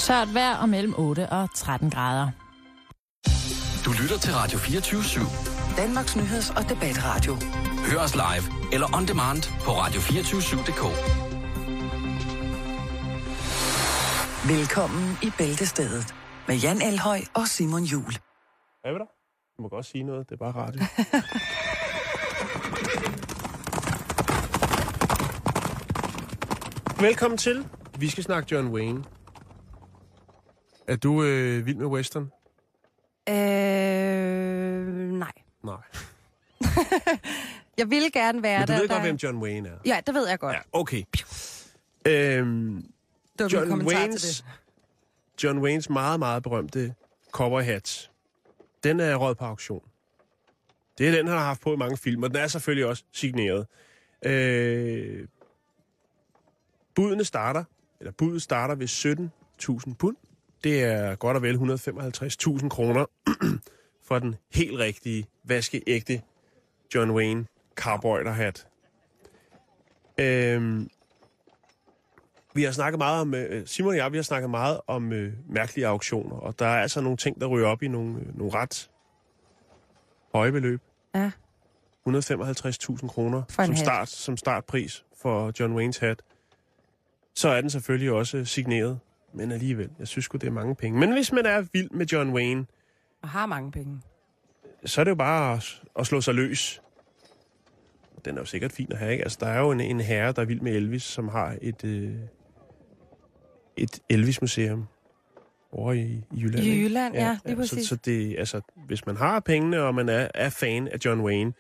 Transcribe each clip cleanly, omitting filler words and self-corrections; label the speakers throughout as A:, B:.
A: Tørt vejr og mellem 8 og 13 grader.
B: Du lytter til Radio 24/7.
C: Danmarks nyheds- og debatradio.
B: Hør os live eller on demand på radio247.dk.
C: Velkommen i Bæltestedet med Jan Elhøj og Simon Juhl.
D: Hvad vil du? Du må godt sige noget, det er bare radio. Velkommen til. Vi skal snakke John Wayne. Er du vild med western?
E: Nej.
D: Nej.
E: Jeg ville gerne være
D: men du
E: der.
D: ved godt, hvem John Wayne er?
E: Ja, det ved jeg godt.
D: Ja, okay. John Waynes meget, meget berømte cowboyhat, den er røget på auktion. Det er den, han har haft på i mange film, og den er selvfølgelig også signeret. Budet starter ved 17.000 pund. Det er godt og vel 155.000 kroner for den helt rigtige, vaskeægte John Wayne cowboyderhat. Vi har snakket meget om, Simon og jeg, vi har snakket meget om mærkelige auktioner, og der er altså nogle ting, der ryger op i nogle ret høje beløb.
E: Ja.
D: 155.000 kroner som startpris for John Waynes hat. Så er den selvfølgelig også signeret, men alligevel, jeg synes sgu, det er mange penge. Men hvis man er vild med John Wayne,
E: og har mange penge,
D: så er det jo bare at slå sig løs. Den er jo sikkert fin at have, ikke? Altså, der er jo en herre, der er vild med Elvis, som har et Elvis-museum over i Jylland.
E: I Jylland, ja, lige præcis.
D: Så det, altså, hvis man har pengene, og man er fan af John Wayne,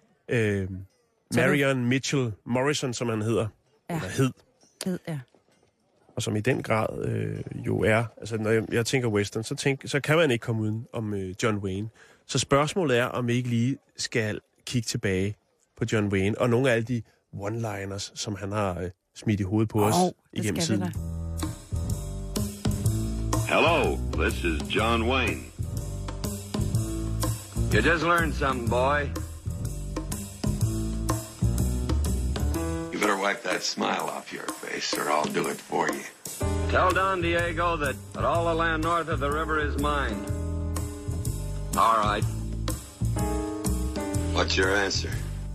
D: Marion Mitchell Morrison, som han hedder, eller hed,
E: ja.
D: Og som i den grad jo er, altså når jeg tænker western, så kan man ikke komme uden om John Wayne. Så spørgsmålet er, om vi ikke lige skal kigge tilbage på John Wayne, og nogle af alle de one-liners, som han har smidt i hovedet på os igennem tiden.
F: Hello, this is John Wayne. You just learned something, boy.
G: You better wipe that smile off your face, or I'll do it for you.
F: Tell Don Diego that all the land north of the river is mine.
G: All right. What's your answer?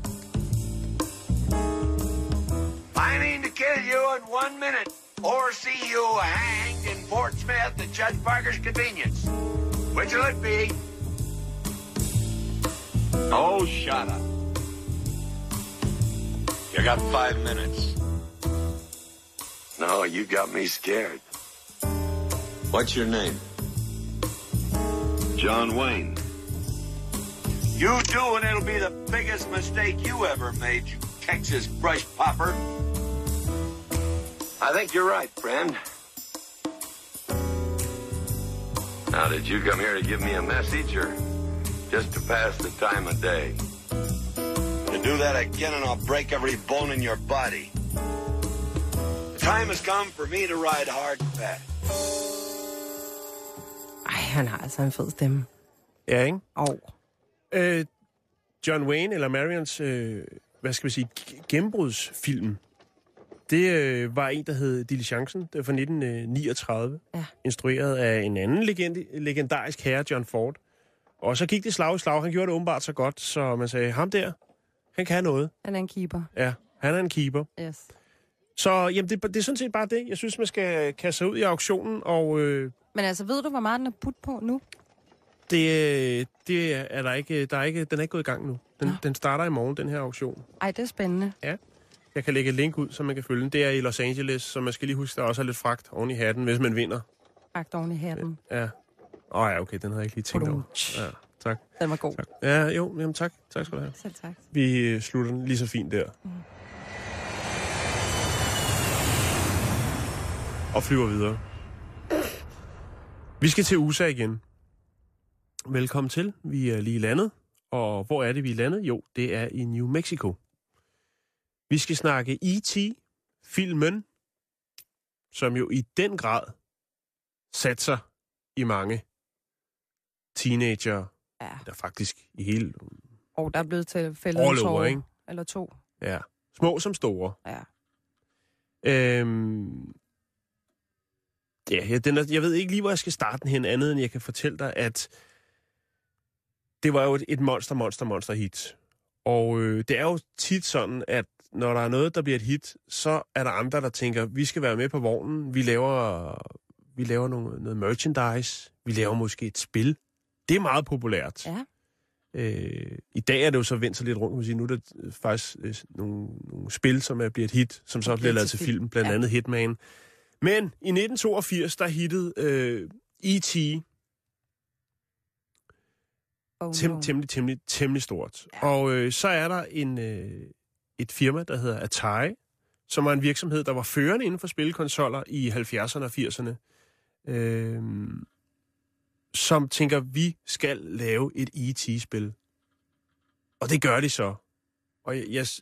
G: I mean to kill you in 1 minute, or see you hanged in Fort Smith at Judge Parker's convenience. Which will it be?
F: Oh, shut up.
G: You got 5 minutes. No, you got me scared. What's your name?
F: John Wayne.
G: You do, and it'll be the biggest mistake you ever made, you Texas brush popper. I think you're right, friend.
F: Now, did you come here to give me a message, or just to pass the time of day?
G: You do that again, and I'll break every bone in your body. The time has come for me to ride hard and fast.
E: Ej, han har altså en fed stemme.
D: Ja, ikke? John Wayne, eller Marions, gennembrudsfilm, det var en, der hed Diligencen. Det var fra 1939. Ja. Instrueret af en anden legendarisk herre, John Ford. Og så gik det slag i slag. Han gjorde det åbenbart så godt, så man sagde, ham der, han kan noget.
E: Han er en keeper.
D: Ja, han er en keeper.
E: Yes.
D: Så jamen, det er sådan set bare det. Jeg synes, man skal kaste sig ud i auktionen. Og,
E: men altså, ved du, hvor meget den er budt på nu?
D: Det er der ikke. Den er ikke gået i gang nu. Den starter i morgen, den her auktion.
E: Ej, det er spændende.
D: Ja. Jeg kan lægge et link ud, så man kan følge den. Det er i Los Angeles, så man skal lige huske, der også er lidt fragt oven i hatten, hvis man vinder.
E: Fragt oven i hatten.
D: Ja. Ja, okay, den havde jeg ikke lige tænkt over. Ja, tak.
E: Den var god.
D: Tak. Ja, jo, jamen tak. Tak skal du have.
E: Selv tak.
D: Vi slutter den lige så fint der. Og flyver videre. Vi skal til USA igen. Velkommen til. Vi er lige landet. Og hvor er det, vi er landet? Jo, det er i New Mexico. Vi skal snakke E.T., filmen, som jo i den grad satser i mange teenager, der faktisk i hele...
E: Og der er blevet til fældet en tår,
D: ikke?
E: Eller 2.
D: Ja, små som store.
E: Ja.
D: Ja, jeg ved ikke lige, hvor jeg skal starte den hen, andet end jeg kan fortælle dig, at det var jo et monster hit. Og det er jo tit sådan, at når der er noget, der bliver et hit, så er der andre, der tænker, vi skal være med på vognen, vi laver noget merchandise, vi laver måske et spil. Det er meget populært.
E: Ja.
D: I dag er det jo så vendt sig lidt rundt, kan man sige. Nu er der faktisk nogle spil, som er blevet et hit, som så bliver lavet til film, blandt andet Hitman. Men i 1982, der hittede E.T. Temmelig stort. Ja. Og så er der et firma, der hedder Atari, som var en virksomhed, der var førende inden for spillekonsoller i 70'erne og 80'erne, som tænker, vi skal lave et E.T.-spil. Og det gør de så. Og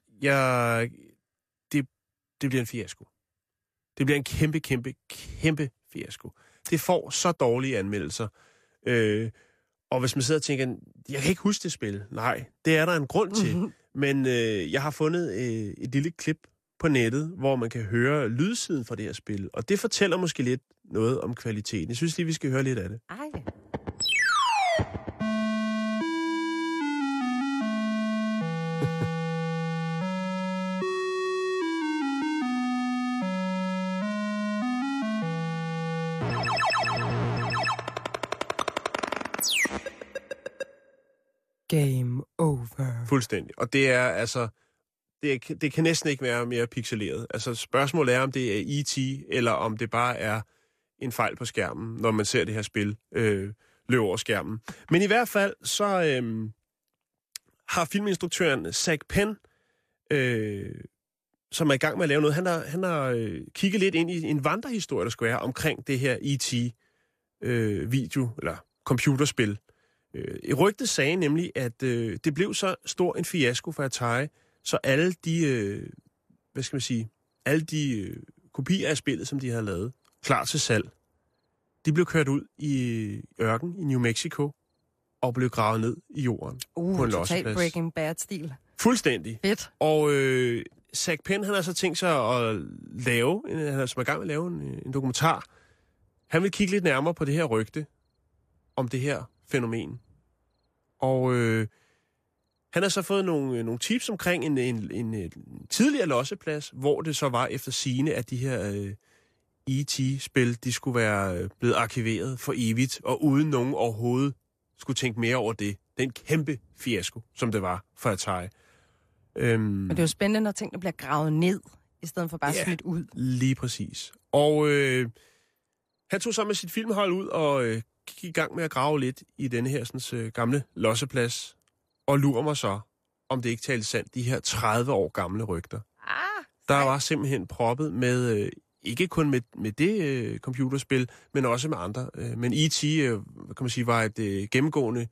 D: det bliver en fiasko. Det bliver en kæmpe fiasko. Det får så dårlige anmeldelser. Og hvis man sidder og tænker, jeg kan ikke huske det spil. Nej, det er der en grund til. Men jeg har fundet et lille klip på nettet, hvor man kan høre lydsiden fra det her spil. Og det fortæller måske lidt noget om kvaliteten. Jeg synes lige, vi skal høre lidt af det.
E: Ej. Game over.
D: Fuldstændig. Og det er altså... Det kan næsten ikke være mere pixeleret. Altså spørgsmålet er, om det er E.T., eller om det bare er en fejl på skærmen, når man ser det her spil løbe over skærmen. Men i hvert fald, så har filminstruktøren Zak Penn, som er i gang med at lave noget, han har kigget lidt ind i en vandrehistorie, der skulle være omkring det her E.T. Video, eller computerspil. I rygtet sagde nemlig, at det blev så stor en fiasko for Atari, så alle de, alle de kopier af spillet, som de havde lavet, klar til salg, de blev kørt ud i ørken i New Mexico og blev gravet ned i jorden på en losseplads.
E: Total Breaking Bad-stil.
D: Fuldstændig.
E: Fedt.
D: Og Zak Penn, han har så tænkt sig at lave, han er som er i gang med at lave en dokumentar. Han vil kigge lidt nærmere på det her rygte om det her fænomen. Og han har så fået nogle tips omkring en tidligere losseplads, hvor det så var efter sigende, at de her E.T.-spil, de skulle være blevet arkiveret for evigt, og uden nogen overhovedet skulle tænke mere over det. Det er en kæmpe fiasko, som det var for Atari.
E: Men det er jo spændende, når tingene bliver gravet ned, i stedet for bare smidt ud.
D: Lige præcis. Og han tog så med sit filmhold ud og gik i gang med at grave lidt i denne her sådan, gamle losseplads, og lurer mig så, om det ikke talte sandt, de her 30 år gamle rygter. Der var simpelthen proppet med, ikke kun med det computerspil, men også med andre. Men E.T., kan man sige, var et gennemgående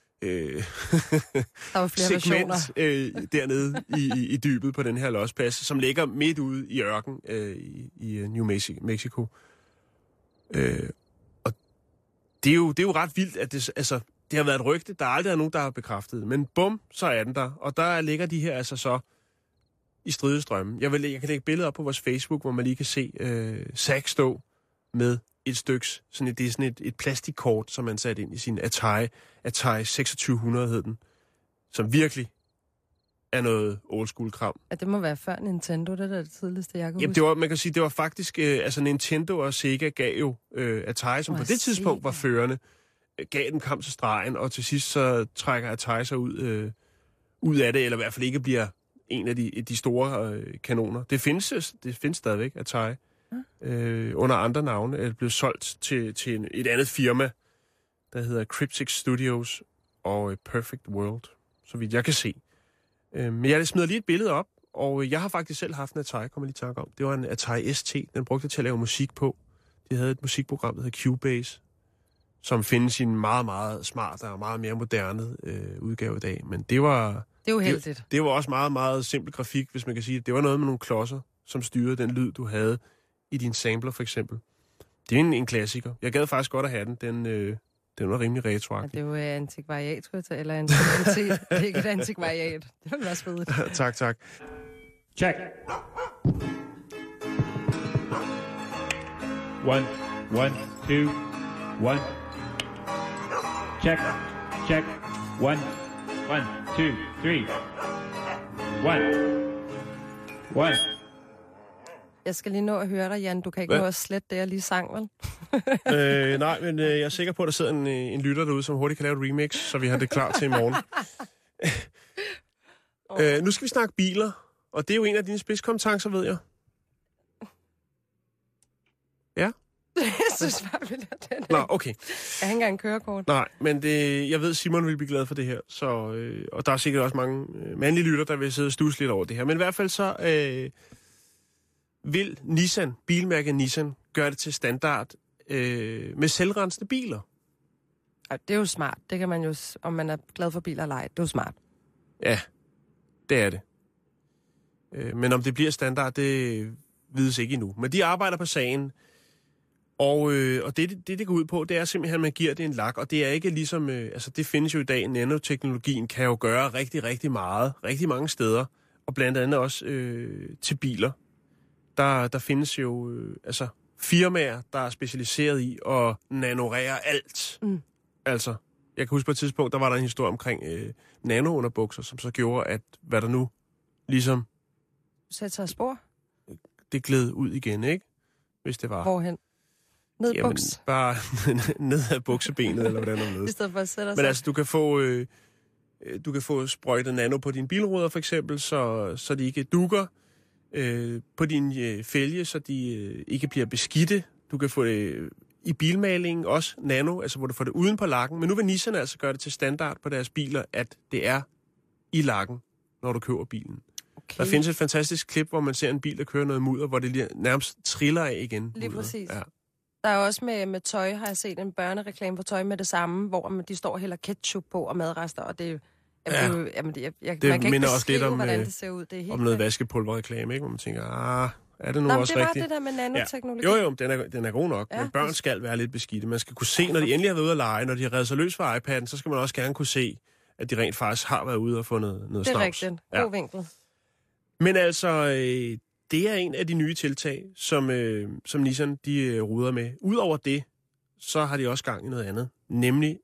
E: der var flere
D: segment dernede i dybet på den her losseplads, som ligger midt ude i ørken i New Mexico. Og det er jo ret vildt, at det har været et rygte, der aldrig er nogen, der har bekræftet. Men bum, så er den der. Og der ligger de her altså så i stridestrømmen. Jeg kan lægge billeder op på vores Facebook, hvor man lige kan se Zak stå med et styks, det er sådan et plastikkort, som man satte ind i sin Atari 2600 hed den, som virkelig er noget old school kram.
E: Ja, det må være før Nintendo, det er det tidligste, jeg kan
D: huske. Man kan sige, det var faktisk, Nintendo og Sega gav jo Atari, som på det tidspunkt var førende, gav den kamp til stregen, og til sidst så trækker Atari sig ud af det, eller i hvert fald ikke bliver en af de store kanoner. Det findes stadigvæk, Atari. Under andre navne er det blevet solgt til et andet firma, der hedder Cryptic Studios og Perfect World, så vidt jeg kan se. Men jeg smider lige et billede op, og jeg har faktisk selv haft en Atari, kommer lige i tanke om. Det var en Atari ST, den brugte til at lave musik på. De havde et musikprogram, der hedder Cubase, som findes i en meget, meget smart og meget mere moderne udgave i dag. Men det var...
E: Det er jo heldigt.
D: Det var også meget, meget simpel grafik, hvis man kan sige. Det var noget med nogle klodser, som styrede den lyd, du havde i din sampler, for eksempel. Det er en klassiker. Jeg gad faktisk godt at have den. Den var rimelig retroagtig.
E: Ja, det er jo antikvariat, eller antikvaritet. Det er ikke et antikvariat. Det vil være svedigt.
D: Tak.
H: Check. 1, 1, 2, 1. Check, check. 1, 1, 2, 3. 1, 1.
E: Jeg skal lige nå at høre dig, Jan. Du kan ikke nå at slette det, jeg lige sang, vel?
D: Nej, men jeg er sikker på, at der sidder en lytter derude, som hurtigt kan lave et remix, så vi har det klar til i morgen. Nu skal vi snakke biler, og det er jo en af dine spidskompetencer, ved jeg. Ja?
E: Jeg synes bare, at den
D: Nå, okay.
E: Jeg har ikke engang kørekort.
D: Nej, men jeg ved, Simon vil blive glad for det her, så, og der er sikkert også mange mandlige lytter, der vil sidde og stusse lidt over det her. Men i hvert fald så vil Nissan, bilmærket Nissan, gøre det til standard med selvrensende biler.
E: Ja, det er jo smart. Det kan man jo, om man er glad for biler eller ej. Det er jo smart. Ja,
D: det er det. Men om det bliver standard, det vides ikke endnu. Men de arbejder på sagen. Og det går ud på, det er simpelthen, at man giver det en lak, og det er ikke ligesom, altså det findes jo i dag, nanoteknologien kan jo gøre rigtig, rigtig meget, rigtig mange steder, og blandt andet også til biler. Der findes jo altså firmaer, der er specialiseret i at nanorere alt. Altså, jeg kan huske på et tidspunkt, der var der en historie omkring nanounderbukser, som så gjorde, at hvad der nu ligesom...
E: Sætter spor?
D: Det gled ud igen, ikke? Hvis det var...
E: Hvorhen? Ned
D: Jamen,
E: buks?
D: bare ned af buksebenet, eller hvordan der er.
E: I stedet for at sætte sig.
D: Men altså, du kan få sprøjtet nano på dine bilruder, for eksempel, så de ikke dukker. På din fælge, så de ikke bliver beskidte. Du kan få det i bilmalingen også nano, altså hvor du får det uden på lakken. Men nu vil Nissan altså gøre det til standard på deres biler, at det er i lakken, når du køber bilen. Okay. Der findes et fantastisk klip, hvor man ser en bil, der kører noget mudder, hvor det nærmest triller af igen.
E: Lige præcis.
D: Ja.
E: Der er også med tøj, har jeg set en børnereklame for tøj med det samme, hvor de står og hælder ketchup på og madrester, og det man kan ikke beskrive, hvordan det ser ud. Det er helt
D: om noget vaskepulverreklame, ikke? Hvor man tænker, er det nu også rigtigt?
E: Det var det der med nanoteknologi.
D: Ja. Jo, den er god nok, men børn skal være lidt beskidte. Man skal kunne se, når de endelig har været ude at lege, når de har reddet sig løs fra iPad'en, så skal man også gerne kunne se, at de rent faktisk har været ude og få noget snavs.
E: Det er rigtigt. God vinkel.
D: Men altså, det er en af de nye tiltag, som Nissan de ruder med. Udover det, så har de også gang i noget andet, nemlig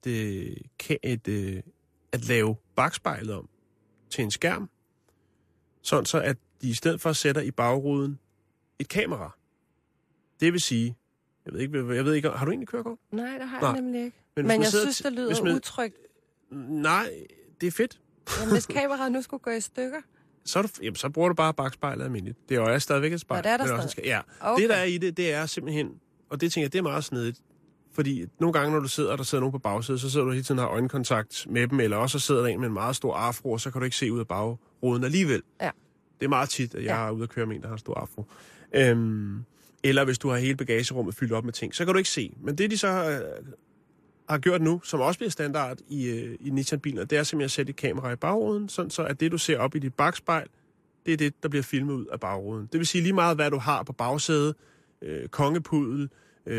D: at lave bakspejlet om til en skærm, sådan så at de i stedet for sætter i bagruden et kamera. Det vil sige, jeg ved ikke, har du egentlig kørekort?
E: Nej, det har jeg nemlig ikke. Men jeg synes, det lyder utrygt.
D: Nej, det er fedt.
E: Jamen, hvis kameraet nu skulle gå i stykker?
D: Så bruger du bare bakspejlet almindeligt. Det er jo stadigvæk et spejl.
E: Ja, det er der stadig.
D: Ja, okay. Det der er i det er simpelthen, og det tænker jeg, det er meget snedigt. Fordi nogle gange, når du sidder, og der sidder nogen på bagsædet, så sidder du hele tiden og har øjenkontakt med dem, eller også så sidder der en med en meget stor afro, og så kan du ikke se ud af bagruden alligevel. Ja. Det er meget tit, at jeg er ude at køre med en, der har en stor afro. Eller hvis du har hele bagagerummet fyldt op med ting, så kan du ikke se. Men det, de så har gjort nu, som også bliver standard i Nissan-biler, det er simpelthen at sætte et kamera i bagruden, sådan så at det, du ser op i dit bakspejl, det er det, der bliver filmet ud af bagruden. Det vil sige lige meget, hvad du har på bagsædet, kongepudel,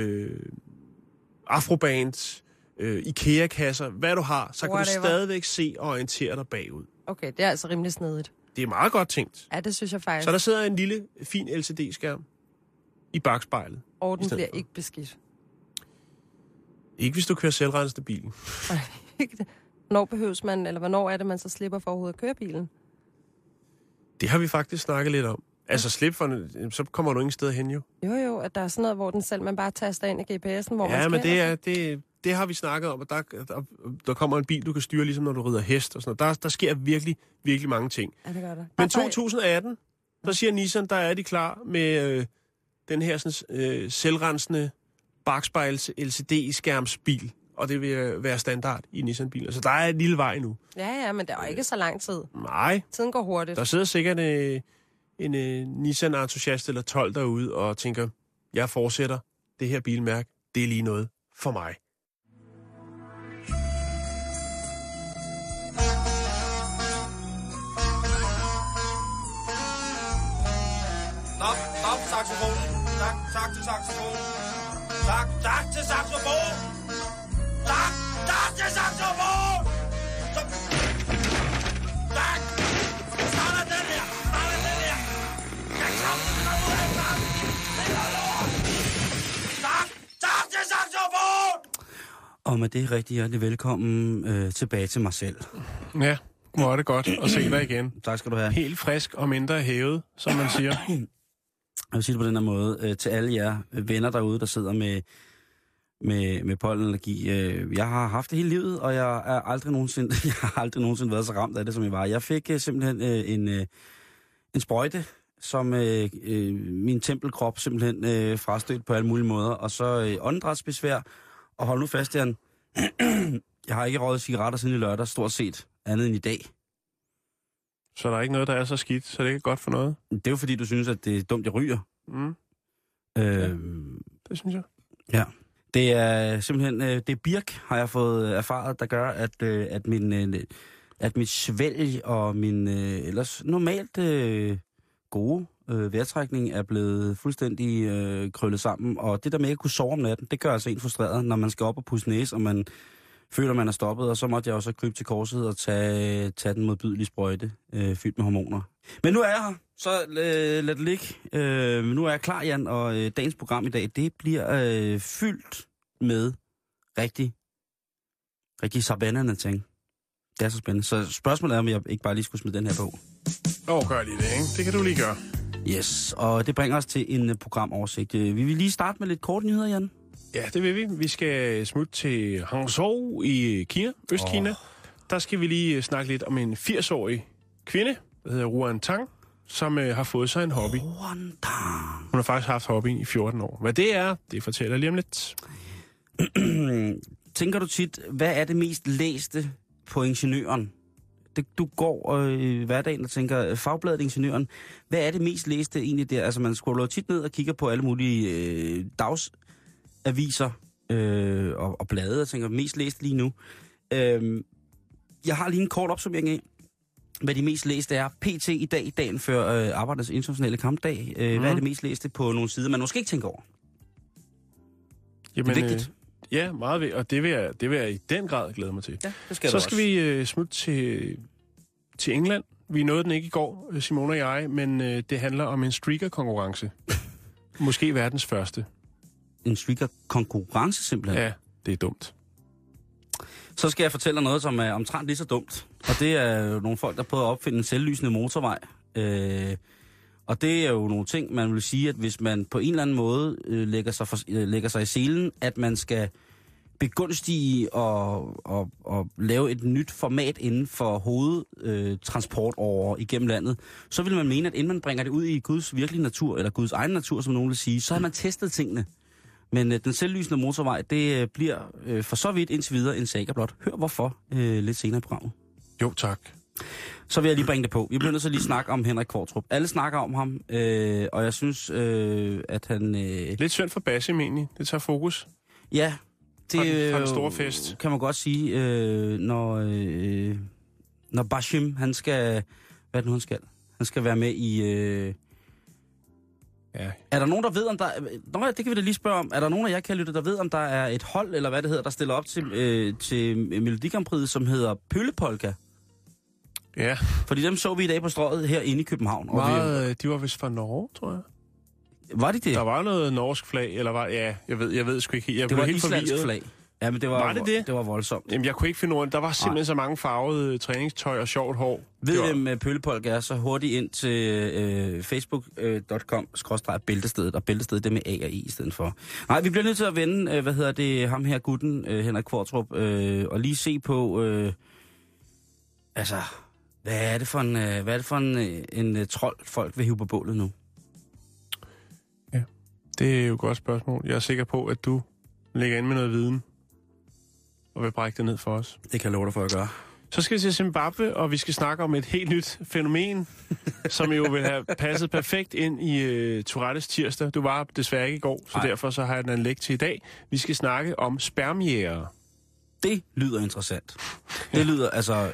D: afrobands, IKEA-kasser, hvad du har, så kan du stadigvæk se og orientere dig bagud.
E: Okay, det er altså rimelig snedigt.
D: Det er meget godt tænkt.
E: Ja, det synes jeg faktisk.
D: Så der sidder en lille, fin LCD-skærm i bakspejlet.
E: Og den bliver ikke beskidt.
D: Ikke hvis du kører selvrensende bil.
E: Nej, ikke det. Hvornår er det, man så slipper for overhovedet at køre bilen?
D: Det har vi faktisk snakket lidt om. Altså slip for, så kommer du ingen sted hen jo.
E: Jo, at der er sådan noget, hvor den selv man bare taster ind i GPS'en, hvor man
D: skal. Ja, men det har vi snakket om, og der kommer en bil, du kan styre, ligesom når du rider hest og sådan noget. Der sker virkelig, virkelig mange ting.
E: Ja, det gør der.
D: Men 2018, der siger Nissan, der er de klar med den her sådan, selvrensende bakspejls LCD-skærmsbil, og det vil være standard i Nissan-biler. Så der er en lille vej nu.
E: Ja, men det er jo ikke så lang tid.
D: Nej.
E: Tiden går hurtigt.
D: Der sidder sikkert en Nissan-entusiast eller 12 derude og tænker, jeg fortsætter det her bilmærke. Det er lige noget for mig.
I: Stop saxofonen. Tak til saxofonen. Tak til saxofonen. Tak til saxofonen. Tak. Starter den her. Jeg kan
J: Og med det rigtig hjertelig velkommen tilbage til mig selv.
D: Ja, hvor er det godt at se dig igen.
J: Tak skal du have.
D: Helt frisk og mindre hævet, som man siger.
J: Jeg vil sige det på den her måde. Til alle jer venner derude, der sidder med pollenallergi. Jeg har haft det hele livet, og jeg har aldrig nogensinde været så ramt af det, som jeg var. Jeg fik simpelthen en sprøjte, som min tempelkrop simpelthen frastødt på alle mulige måder. Og så åndedrætsbesvær. Og hold nu fast, Jan. Jeg har ikke røget cigaretter siden i lørdag, stort set, andet end i dag.
D: Så der er ikke noget, der er så skidt, så det er ikke godt for noget?
J: Det er jo fordi, du synes, at det er dumt, jeg ryger.
D: Ja, det synes jeg.
J: Ja. Det er simpelthen, det er birk, har jeg fået erfaret, der gør, at mit svælg og min ellers normalt gode vejrtrækning er blevet fuldstændig krøllet sammen. Og det der med at kunne sove om natten, det gør altså en frustreret, når man skal op og pusse næse, og man føler, man er stoppet. Og så måtte jeg også krybe til korset og tage den modbydelige sprøjte, fyldt med hormoner. Men nu er jeg her, så lad det ligge. Nu er jeg klar, Jan, og dagens program i dag, det bliver fyldt med rigtig savannerne ting. Det er så spændende. Så spørgsmålet er, om jeg ikke bare lige skulle smide den her på.
D: Gør lige det, ikke? Det kan du lige gøre.
J: Yes, og det bringer os til en programoversigt. Vi vil lige starte med lidt kort nyheder, Jan.
D: Ja, det vil vi. Vi skal smutte til Hangzhou i Kina, Østkina. Der skal vi lige snakke lidt om en 80-årig kvinde, der hedder Ruan Tang, som har fået sig en hobby.
J: Ruan Tang.
D: Hun har faktisk haft hobby i 14 år. Hvad det er, det fortæller jeg lige om lidt.
J: Tænker du tit, hvad er det mest læste på Ingeniøren? Du går i hverdagen og tænker, Fagbladet Ingeniøren, hvad er det mest læste egentlig der? Altså man scroller tit ned og kigger på alle mulige dagsaviser og blade og tænker, mest læst lige nu. Jeg har lige en kort opsummering af, hvad de mest læste er. PT i dag, dagen før Arbejdernes Internationale Kampdag. Hvad er det mest læste på nogle sider, man måske ikke tænker over?
D: Jamen,
J: det er vigtigt.
D: Ja, meget vigtigt, og det vil jeg i den grad glæde mig til.
J: Ja, det skal
D: så skal vi smutte til England. Vi nåede den ikke i går, Simone og jeg, men det handler om en streaker-konkurrence. Måske verdens første.
J: En streaker-konkurrence simpelthen?
D: Ja, det er dumt.
J: Så skal jeg fortælle dig noget, som er omtrent lige så dumt. Og det er jo nogle folk, der prøver at opfinde en selvlysende motorvej. Og det er jo nogle ting, man vil sige, at hvis man på en eller anden måde lægger sig i selen, at man skal begunstige og lave et nyt format inden for hovedtransport over igennem landet, så vil man mene, at inden man bringer det ud i Guds virkelige natur, eller Guds egen natur, som nogen vil sige, så har man testet tingene. Men den selvlysende motorvej, det bliver for så vidt indtil videre en saga blot. Hør hvorfor lidt senere i programmet.
D: Jo, tak.
J: Så vil jeg lige bringe det på. Vi bliver nødt til at lige snakke om Henrik Qvortrup. Alle snakker om ham, og jeg synes, at han...
D: Lidt synd for Basim egentlig. Det tager fokus.
J: Ja, det
D: fra den store fest.
J: Kan man godt sige, når Basim, han skal... Hvad er det nu, han skal? Han skal være med i...
D: Ja.
J: Er der nogen, der ved, om der... Nå, det kan vi da lige spørge om. Er der nogen af jer, kan lytte, der ved, om der er et hold, eller hvad det hedder, der stiller op til Melodi Grand Prix, som hedder Pøllepolka?
D: Ja.
J: Fordi dem så vi i dag på Strøget herinde i København. Og
D: de var vist fra Norge, tror jeg.
J: Var de det?
D: Der var noget norsk flag, eller var... Ja, jeg ved sgu ikke helt.
J: Det var
D: helt
J: islandsk
D: forvirret.
J: flag. Ja, men det var
D: det?
J: Det var voldsomt.
D: Jamen, jeg kunne ikke finde ord. Der var simpelthen så mange farvede træningstøj og sjovt hår.
J: Ved hvem Pøllepolk er, så hurtigt ind til facebook.com/bæltestedet, og bæltestedet det med A og I stedet for. Nej, vi bliver nødt til at vende, ham her gutten, Henrik Qvortrup, og lige se på, hvad er det for en trold, folk vil hive på bålet nu?
D: Ja, det er jo et godt spørgsmål. Jeg er sikker på, at du ligger inde med noget viden og vil brække det ned for os.
J: Det kan jeg love dig for at gøre.
D: Så skal vi til Zimbabwe, og vi skal snakke om et helt nyt fænomen, som jo vil have passet perfekt ind i Tourettes tirsdag. Du var desværre ikke i går, så derfor så har jeg den anlæg til i dag. Vi skal snakke om spermjægere. Det
J: lyder interessant. Det lyder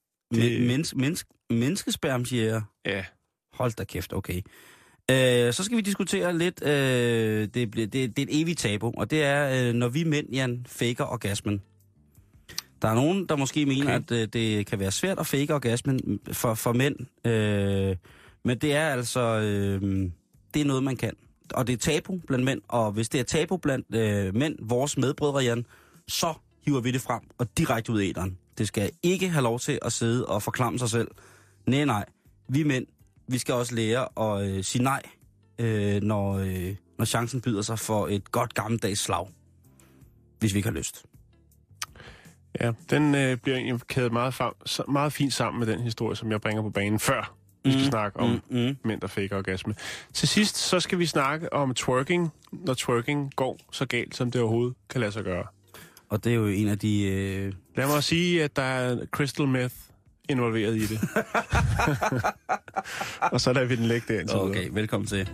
J: menneskespermjægere.
D: Ja.
J: Hold da kæft, okay. Så skal vi diskutere lidt, det er et evigt tabu, og det er, når vi mænd, Jan, faker orgasmen. Der er nogen, der måske mener, at det kan være svært at fake orgasmen for mænd, men det er altså, det er noget, man kan. Og det er tabu blandt mænd, og hvis det er tabu blandt mænd, vores medbrødre, Jan, så hiver vi det frem og direkte ud i æteren. Det skal ikke have lov til at sidde og forklamme sig selv. Nej. Vi mænd, vi skal også lære at sige nej, når chancen byder sig for et godt gammeldags slag. Hvis vi ikke har lyst.
D: Ja, den bliver egentlig kædet meget fint sammen med den historie, som jeg bringer på banen før. Vi skal snakke om mænd, der fik orgasme. Til sidst, så skal vi snakke om twerking, når twerking går så galt, som det overhovedet kan lade sig gøre.
J: Og det er jo en af de...
D: Lad mig sige, at der er crystal meth involveret i det. Og så lader vi den lægge der indtil videre.
J: Okay, velkommen til.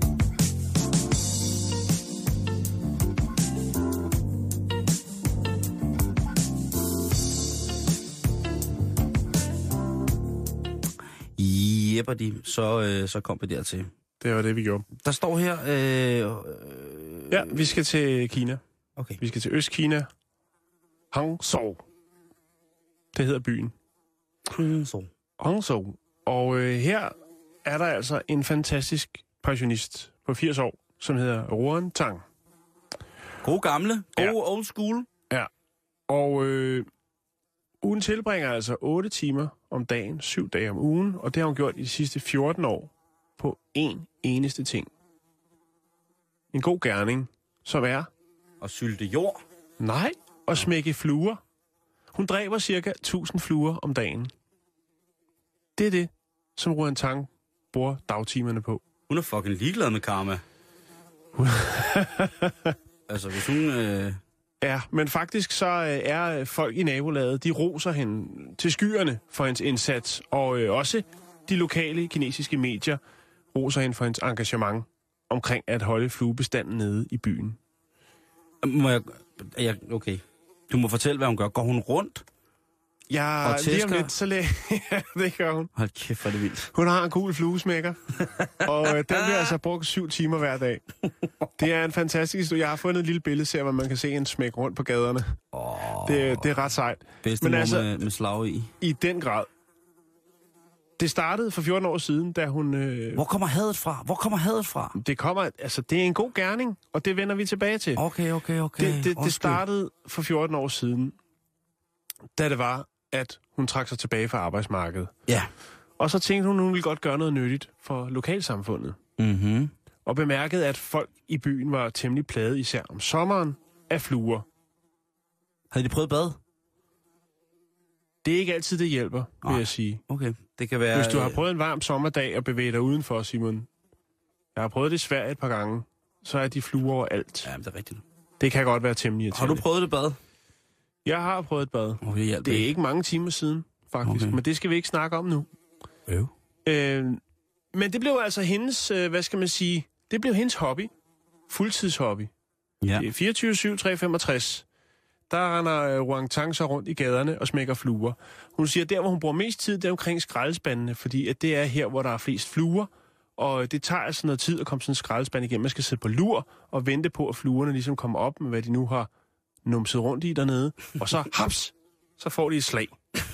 J: Jeopardy, så kom vi dertil.
D: Det var det, vi gjorde.
J: Der står her...
D: Ja, vi skal til Kina.
J: Okay.
D: Vi skal til Østkina. Hangzhou. Det hedder byen. Hangzhou. Og her er der altså en fantastisk pensionist på 80 år, som hedder Ruan Tang.
J: God gamle. God old school.
D: Ja. Og hun tilbringer altså 8 timer om dagen, 7 dage om ugen, og det har hun gjort i de sidste 14 år på én eneste ting. En god gerning, som er...
J: Og sylte jord?
D: Nej, og smække fluer. Hun dræber cirka 1000 fluer om dagen. Det er det, som Ruan Tang bruger dagtimerne på.
J: Hun er fucking ligeglad med karma. Altså, hvis hun...
D: Ja, men faktisk så er folk i nabolaget, de roser hende til skyerne for hendes indsats, og også de lokale kinesiske medier roser hende for hendes engagement omkring at holde fluebestanden nede i byen.
J: Okay. Du må fortælle, hvad hun gør. Går hun rundt?
D: Ja, lige om lidt, så ja, det gør hun.
J: Hold kæft, hvor er det vildt. Hun har
D: en cool fluesmækker, og den bliver altså brugt 7 timer hver dag. Det er en fantastisk historie. Jeg har fundet et lille billede, hvor man kan se en smæk rundt på gaderne. Det er ret sejt.
J: Bedstemor altså, med slag i.
D: I den grad. Det startede for 14 år siden, da hun...
J: Hvor kommer hadet fra?
D: Det kommer... Altså, det er en god gerning, og det vender vi tilbage til.
J: Okay.
D: Det startede for 14 år siden, da det var, at hun trak sig tilbage fra arbejdsmarkedet.
J: Ja.
D: Og så tænkte hun ville godt gøre noget nyttigt for lokalsamfundet.
J: Mhm.
D: Og bemærkede, at folk i byen var temmelig plaget, især om sommeren, af fluer.
J: Havde de prøvet bad?
D: Det er ikke altid, det hjælper, vil jeg sige.
J: Okay, det kan være...
D: Hvis du har prøvet en varm sommerdag og bevæge dig udenfor, Simon. Jeg har prøvet det i Sverige et par gange. Så er de fluer overalt.
J: Ja, det er rigtigt.
D: Det kan godt være temmelig irriterende.
J: Har du prøvet det bad?
D: Jeg har prøvet et bad. Det er ikke mange timer siden, faktisk. Okay. Men det skal vi ikke snakke om nu. Men det blev altså hendes, hvad skal man sige, det blev hendes hobby. Fuldtidshobby.
J: Ja.
D: Det er 24/7, 365. Der render Ruan Tang så rundt i gaderne og smækker fluer. Hun siger, at der, hvor hun bruger mest tid, det er omkring skraldespandene, fordi at det er her, hvor der er flest fluer, og det tager altså noget tid at komme sådan en skraldespand igennem. Man skal sidde på lur og vente på, at fluerne ligesom kommer op med, hvad de nu har numset rundt i dernede, og så haps, så får de et slag.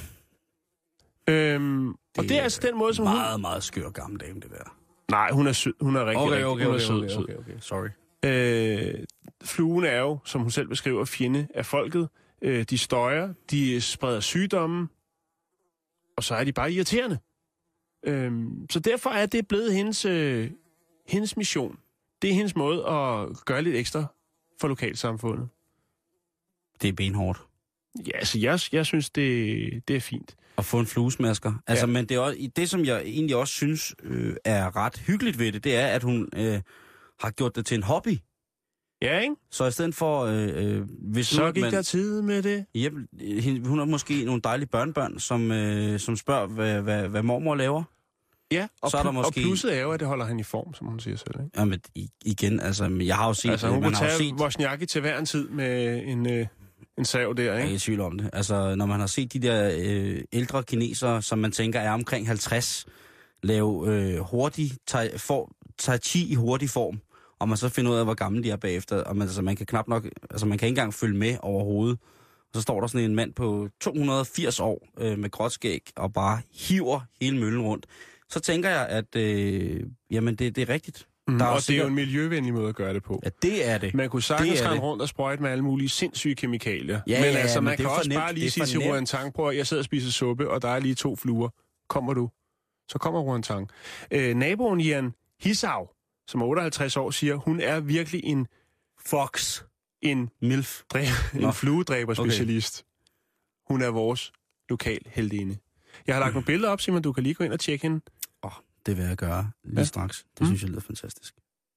D: Og det er altså den måde, som
J: meget,
D: hun...
J: meget skør gammel dame, det der.
D: Nej, hun er sød. Hun er rigtig,
J: Okay. Sorry.
D: Fluen er jo, som hun selv beskriver, fjende af folket. De støjer, de spreder sygdomme, og så er de bare irriterende. Så derfor er det blevet hendes mission. Det er hendes måde at gøre lidt ekstra for lokalsamfundet.
J: Det er benhårdt.
D: Ja, altså jeg synes, det er fint.
J: At få en fluesmasker. Altså, men det er også, det, som jeg egentlig også synes er ret hyggeligt ved det, det er, at hun har gjort det til en hobby.
D: Ja, ikke?
J: Så i stedet for... hvis
D: så gik der tid med det.
J: Ja, hun har måske nogle dejlige børnebørn, som spørger, hvad mormor laver.
D: Ja,
J: så er der måske...
D: og plusset er jo, at det holder han i form, som hun siger selv, ikke?
J: Jamen, igen, altså, jeg har jo set...
D: Altså, hun kunne tage Wozniacki til hver en tid med en sav der, ikke? Jeg
J: er ikke i tvivl om det. Altså, når man har set de der ældre kinesere, som man tænker er omkring 50, lave hurtig tai chi i hurtig form, og man så finder ud af, hvor gamle de er bagefter, og man kan knap nok... Altså, man kan ikke engang følge med overhovedet. Og så står der sådan en mand på 280 år med gråt skæg, og bare hiver hele møllen rundt. Så tænker jeg, at jamen det er rigtigt.
D: Og det er jo en miljøvenlig måde at gøre det på.
J: Ja, det er det.
D: Man kunne sagtens rende rundt og sprøjte med alle mulige sindssyge kemikalier.
J: Ja,
D: men altså, man
J: men
D: kan også bare lige sige til Ruan-Tang, prøv at jeg sidder og spiser suppe, og der er lige 2 fluer. Kommer du? Så kommer Ruan-Tang. Naboen Jan Hisau, som er 58 år, siger, hun er virkelig en fox. En milf. En fluedræber-specialist. Okay. Hun er vores lokal heldinde. Jeg har lagt nogle billeder op, Simon, du kan lige gå ind og tjekke hende.
J: Det vil jeg gøre lige straks. Det synes jeg lyder fantastisk.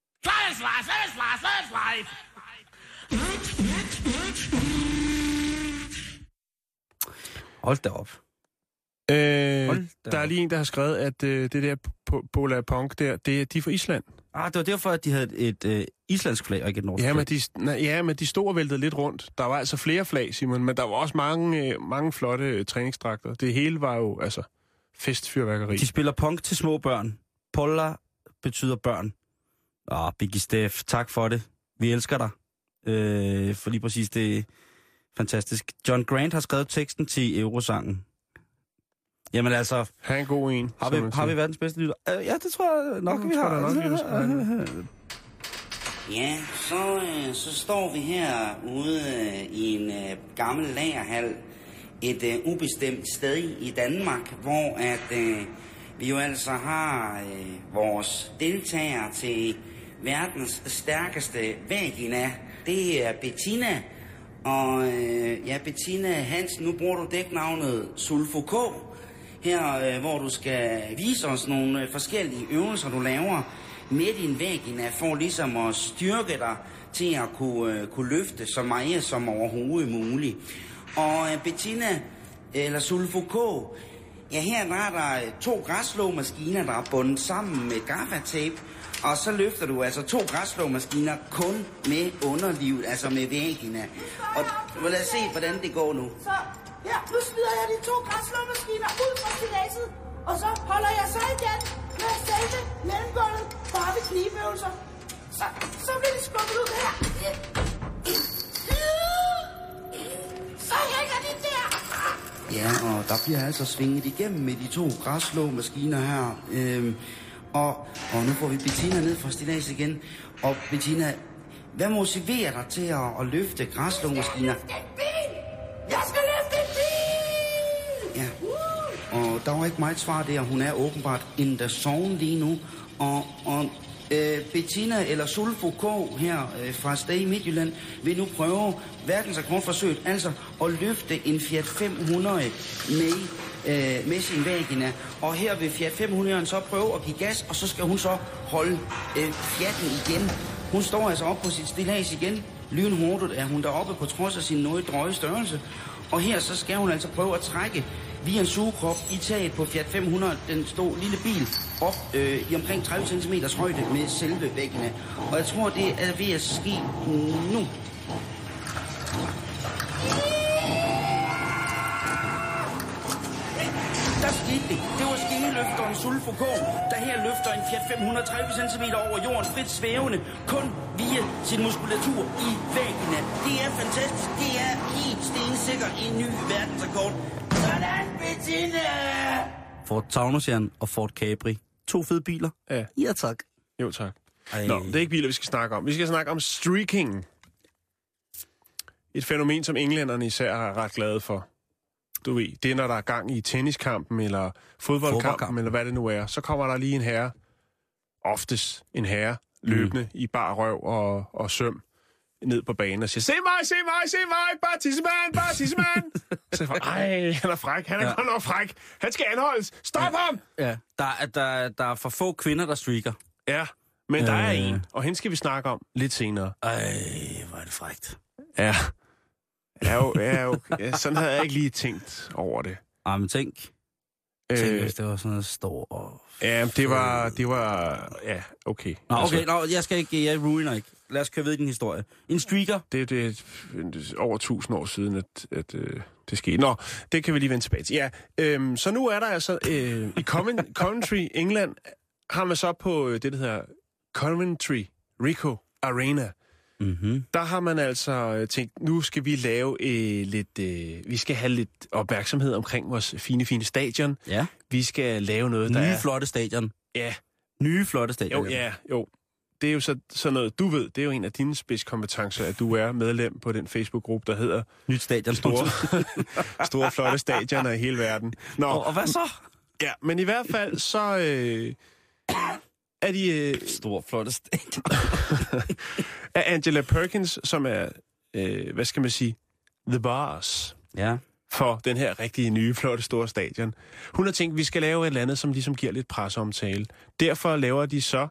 J: Hold da op.
D: Der er lige en, der har skrevet, at det der Pola Punk der, de er fra Island.
J: Det var derfor, at de havde et islandsk flag, og ikke et norsk flag.
D: Men de stod og væltede lidt rundt. Der var altså flere flag, Simon, men der var også mange flotte træningsdragter. Det hele var jo altså festfyrværkeri.
J: De spiller punk til små børn. Polla betyder børn. Biggie Steff, tak for det. Vi elsker dig. For lige præcis, det er fantastisk. John Grant har skrevet teksten til Eurosangen. Jamen altså...
D: Ha' en god en.
J: Har vi verdens bedste lytter? Ja, det tror jeg nok, vi har.
K: Ja, så står vi her ude i en gammel lagerhal. Et ubestemt sted i Danmark, hvor at vi jo altså har vores deltagere til verdens stærkeste vagina. Det er Bettina. Og Bettina Hansen, nu bruger du dæknavnet Sulfo K. Her, hvor du skal vise os nogle forskellige øvelser, du laver med din vagina, for ligesom at styrke dig til at kunne løfte så meget som overhovedet muligt. Og Bettina, eller Sulfo K, ja, her er der 2 græsslåmaskiner, der er bundet sammen med gaffatape. Og så løfter du altså 2 græsslåmaskiner kun med underlivet, altså med vagina. Og lad os se, hvordan det går nu.
L: Så, her, nu smider jeg de 2 græsslåmaskiner ud fra stilladset. Og så holder jeg så igen med selve mellemgulvet bare ved knibeøvelser. Så bliver det skubbet ud her. Så hænger de der.
K: Ja, og der bliver altså svinget igennem med de 2 græsslåmaskiner her. Og nu får vi Bettina ned fra stillads igen. Og Bettina, hvad motiverer dig til at løfte græsslåmaskiner?
L: Jeg skal løfte en bil!
K: Ja, og der var ikke meget svar der. Hun er åbenbart in the zone lige nu. Og Bettina eller Sulfo K her fra et sted i Midtjylland vil nu prøve verdensrekordforsøget, altså at løfte en Fiat 500 med sin vagina. Og her vil Fiat 500'eren så prøve at give gas, og så skal hun så holde Fiaten igen. Hun står altså op på sit stillads igen. Lynhurtigt er hun deroppe på trods af sin noget drøje størrelse. Og her så skal hun altså prøve at trække via en sugekrop i taget på Fiat 500, den stod lille bil, op i omkring 30 cm højde med selve vagina. Og jeg tror, det er ved at ske nu. Der skete det. Det var skineløfteren Sulfo K, der her løfter en Fiat 530 cm over jorden frit svævende, kun via sin muskulatur i vagina. Det er fantastisk. Det er helt stensikker en ny verdensrekord. Sådan, Bettina!
J: Ford Taunusjan og Ford Capri. 2 fede biler. Ja, tak.
D: Jo, tak. Nå, det er ikke biler, vi skal snakke om. Vi skal snakke om streaking. Et fænomen, som englænderne især er ret glade for. Du ved, det er, når der er gang i tenniskampen, eller fodboldkampen, eller hvad det nu er. Så kommer der lige en herre, oftest en herre, løbende i bar røv og søm, ned på banen og siger, se mig, bare tissemand. Så han er fræk, han er godt nok fræk. Han skal anholdes, stop ham!
J: Ja, der er for få kvinder, der streaker.
D: Ja, men der er en, og hende skal vi snakke om lidt senere.
J: Hvor er det frækt.
D: Ja. Ja, sådan havde jeg ikke lige tænkt over det.
J: Men tænk hvis det var sådan noget stor.
D: Ja, det var, ja, okay.
J: Jeg ruiner ikke. Lad os køre ved i din historie. En streaker.
D: Det er over 1000 år siden, at det skete. Nå, det kan vi lige vende tilbage til. Ja, så nu er der altså, i Coventry, England, har man så på det, der hedder Coventry Ricoh Arena.
J: Mm-hmm.
D: Der har man altså tænkt, nu skal vi lave vi skal have lidt opmærksomhed omkring vores fine stadion.
J: Ja.
D: Vi skal lave noget, der
J: Nye flotte stadion.
D: Ja.
J: Nye flotte stadion.
D: Jo. det er jo sådan noget, du ved, det er jo en af dine spidskompetencer, at du er medlem på den Facebook-gruppe, der hedder
J: Nyt Stadion.
D: Store flotte stadioner i hele verden. Nå,
J: og hvad så?
D: Ja, men i hvert fald så er de...
J: Store flotte stadion.
D: er Angela Perkins, som er, hvad skal man sige, the boss for den her rigtige nye, flotte, store stadion. Hun har tænkt, at vi skal lave et eller andet, som ligesom giver lidt presseomtale. Derfor laver de så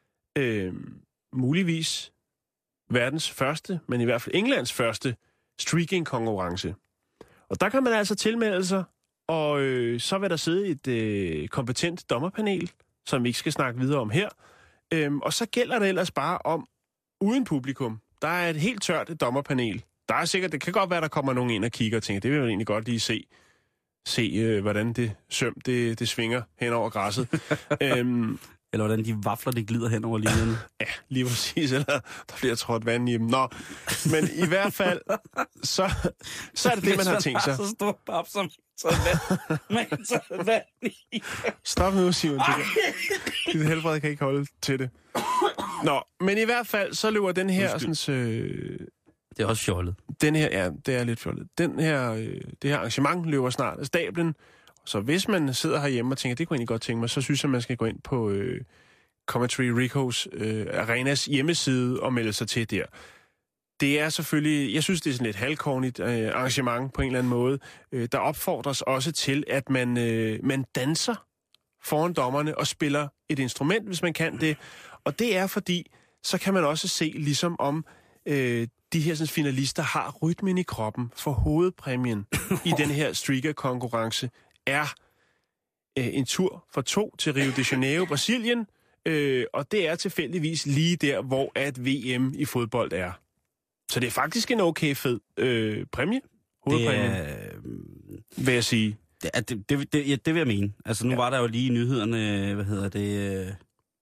D: muligvis verdens første, men i hvert fald Englands første streaking-konkurrence. Og der kan man altså tilmelde sig, og så vil der sidde et kompetent dommerpanel, som vi ikke skal snakke videre om her. Og så gælder det ellers bare om, uden publikum. Der er et helt tørt dommerpanel. Der er sikkert, det kan godt være, der kommer nogen ind og kigger og tænker, det vil jeg egentlig godt lige se hvordan det søm, det svinger hen over græsset.
J: Eller hvordan de vafler, det glider hen over linjen.
D: Ja, lige præcis. Eller der bliver trådt vand i dem. Nå, men i hvert fald, så er det det, man har tænkt sig.
J: Hvis man har så stor pap, som man tager vand i.
D: Stop nu, Simon. Dit helbred kan ikke holde til det. Nå, men i hvert fald, så løber den her...
J: det er også fjollet.
D: Den her, ja, det er lidt fjollet. Det her arrangement løber snart af stablen. Så hvis man sidder herhjemme og tænker, det kunne jeg egentlig godt tænke mig, så synes jeg, man skal gå ind på Commentary Ricos Arenas hjemmeside og melde sig til der. Det er selvfølgelig, jeg synes, det er sådan et halvkornigt arrangement på en eller anden måde. Der opfordres også til, at man danser foran dommerne og spiller et instrument, hvis man kan det. Og det er fordi, så kan man også se ligesom om de her sådan, finalister har rytmen i kroppen, for hovedpræmien i den her streaker-konkurrence er en tur fra 2 til Rio de Janeiro, Brasilien, og det er tilfældigvis lige der, hvor at VM i fodbold er. Så det er faktisk en okay fed præmie, hovedpræmie, vil jeg sige.
J: Det vil jeg mene. Altså nu var der jo lige i nyhederne,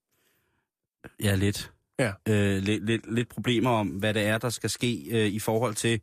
J: lidt.
D: Ja.
J: Lidt problemer om, hvad det er, der skal ske i forhold til...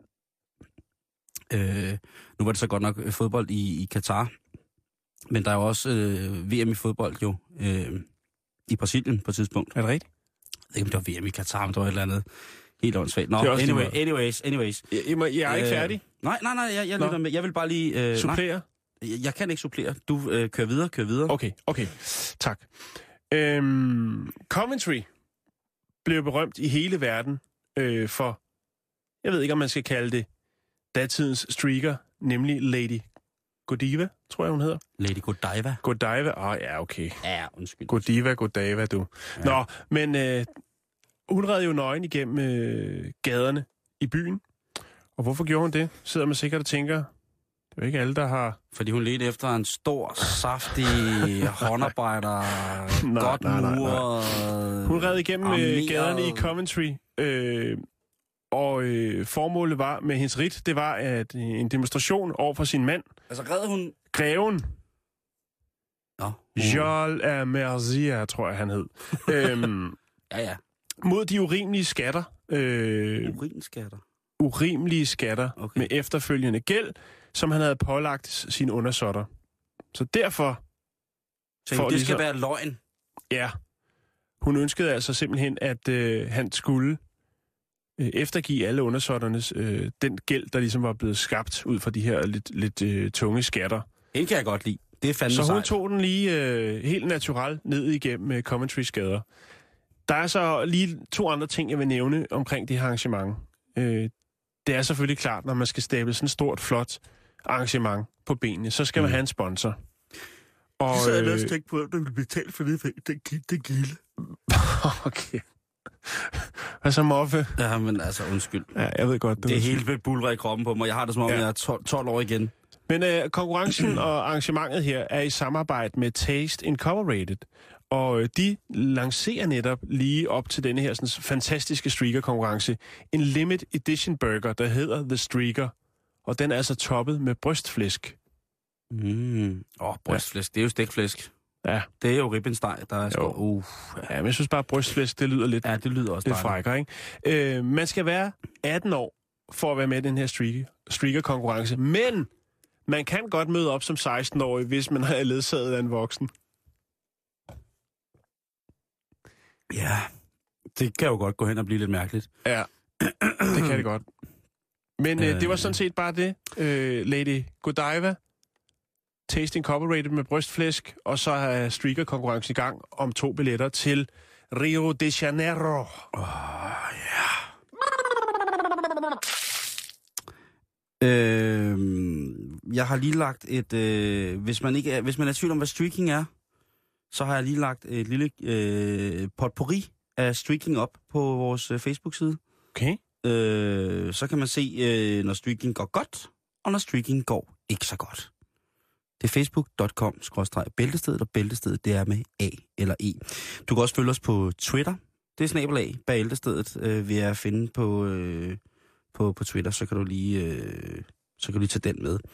J: nu var det så godt nok fodbold i Katar, men der er jo også VM i fodbold jo i Brasilien på et tidspunkt.
D: Er det rigtigt?
J: Jeg ved ikke, om det var VM i Katar, men det var et eller andet helt åndssvagt. Nå, anyways.
D: Jeg er ikke færdig.
J: Nej, jeg lytter med. Jeg vil bare lige...
D: supplere?
J: Jeg kan ikke supplere. Du kører videre.
D: Okay. Tak. Coventry blev berømt i hele verden for, jeg ved ikke, om man skal kalde det datidens streaker, nemlig Lady Godiva, tror jeg, hun hedder.
J: Lady Godiva?
D: Godiva, ja, okay.
J: Ja, undskyld.
D: Godiva, du. Ja. Nå, men hun red jo nøgen igennem gaderne i byen. Og hvorfor gjorde hun det? Sidder man sikkert og tænker, det er jo ikke alle, der har...
J: Fordi hun ledte efter en stor, saftig håndarbejder, godt muret...
D: Hun red igennem gaderne i Coventry, og formålet var med hendes rit, det var at en demonstration over for sin mand.
J: Altså red hun...
D: Greven. Jules af Mercia, tror jeg, han hed.
J: Ja.
D: Mod de urimelige skatter. Urimelige skatter
J: okay.
D: Med efterfølgende gæld, som han havde pålagt sine undersåtter. Så derfor...
J: Så det skal være løgn?
D: Ja. Hun ønskede altså simpelthen, at han skulle eftergive alle undersåtternes den gæld, der ligesom var blevet skabt ud fra de her lidt tunge skatter.
J: Den kan jeg godt lide. Det er fandme
D: så hun
J: sejt.
D: tog den lige helt naturalt ned igennem Coventry skader. Der er så lige 2 andre ting, jeg vil nævne omkring det her arrangement. Det er selvfølgelig klart, når man skal stable sådan et stort, flot arrangement på benene, så skal man have en sponsor. Og,
J: så er jeg også tænkt på, at du vil betale for det gilde.
D: Okay. Altså Moffe.
J: Ja, men altså, undskyld.
D: Ja, jeg ved godt.
J: Det er helt ved bulrer i kroppen på mig. Jeg har det som om, jeg er 12 år igen.
D: Men konkurrencen og arrangementet her er i samarbejde med Taste Incorporated. Og de lancerer netop lige op til denne her sådan, fantastiske streaker-konkurrence en limited edition burger, der hedder The Streaker. Og den er altså toppet med brystflæsk.
J: Brystflæsk. Det er jo stegflæsk.
D: Ja.
J: Det er jo ribbensteg, der er sgu...
D: Ja, men jeg synes bare, brystflæsk, det lyder lidt...
J: Ja, det lyder også
D: lidt frækker, ikke? Man skal være 18 år for at være med i den her streaker-konkurrence. Men man kan godt møde op som 16-årig, hvis man har ledsaget af en voksen.
J: Ja, Det kan jo godt gå hen og blive lidt mærkeligt.
D: Ja, det kan det godt. Men det var sådan set bare det. Lady Godiva, Tasting Incorporated med brystflæsk, og så er streaker-konkurrencen i gang om 2 billetter til Rio de Janeiro.
J: Jeg har lige lagt et... hvis man er i tvivl om, hvad streaking er, så har jeg lige lagt et lille potpourri af streaking op på vores Facebook-side.
D: Okay.
J: Så kan man se, når streaking går godt, og når streaking går ikke så godt. Det er facebook.com/bæltestedet, og bæltestedet, det er med A eller E. Du kan også følge os på Twitter. Det er /bæltestedet, vil jeg finde på Twitter, så kan du lige tage den med.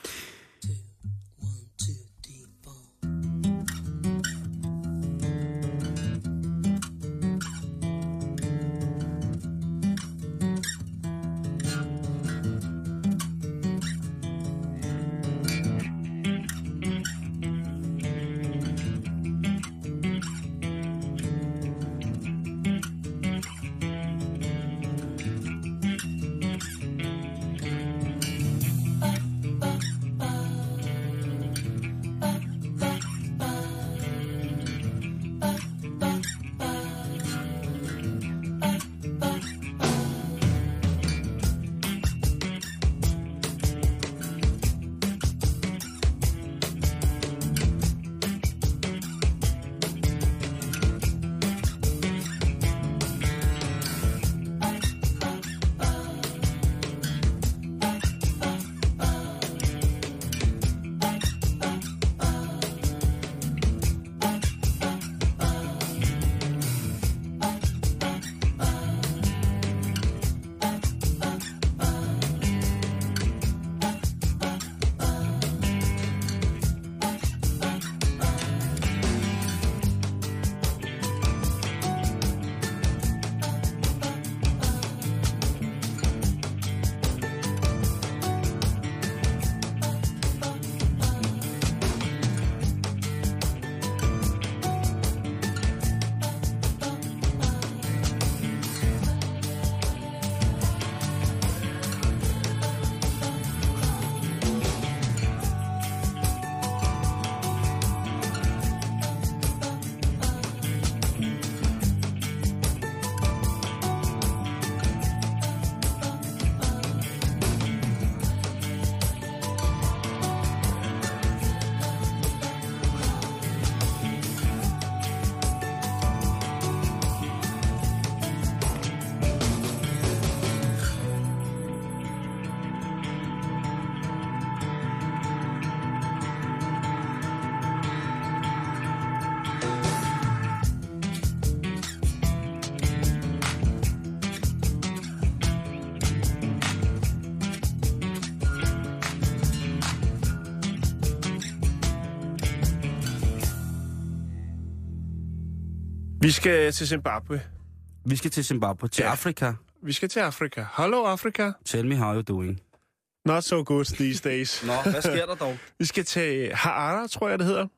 D: Vi skal til Zimbabwe.
J: Vi skal til Zimbabwe, til Afrika.
D: Vi skal til Afrika. Hello, Afrika.
J: Tell me how you're doing.
D: Not so good these days.
J: Nå, hvad sker der dog?
D: Vi skal til Harare, tror jeg, det hedder.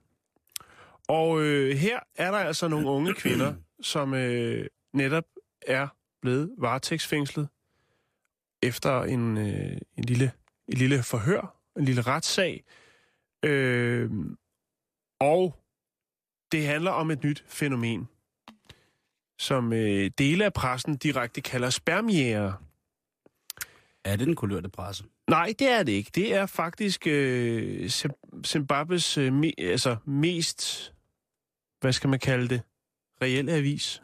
D: Og her er der altså nogle unge kvinder, som netop er blevet varetægtsfængslet efter et lille forhør, en lille retssag. Og det handler om et nyt fænomen, som dele af pressen direkte kalder spermjægere.
J: Er det den kulørte presse?
D: Nej, det er det ikke. Det er faktisk Zimbabwes mest, hvad skal man kalde det, reelle avis.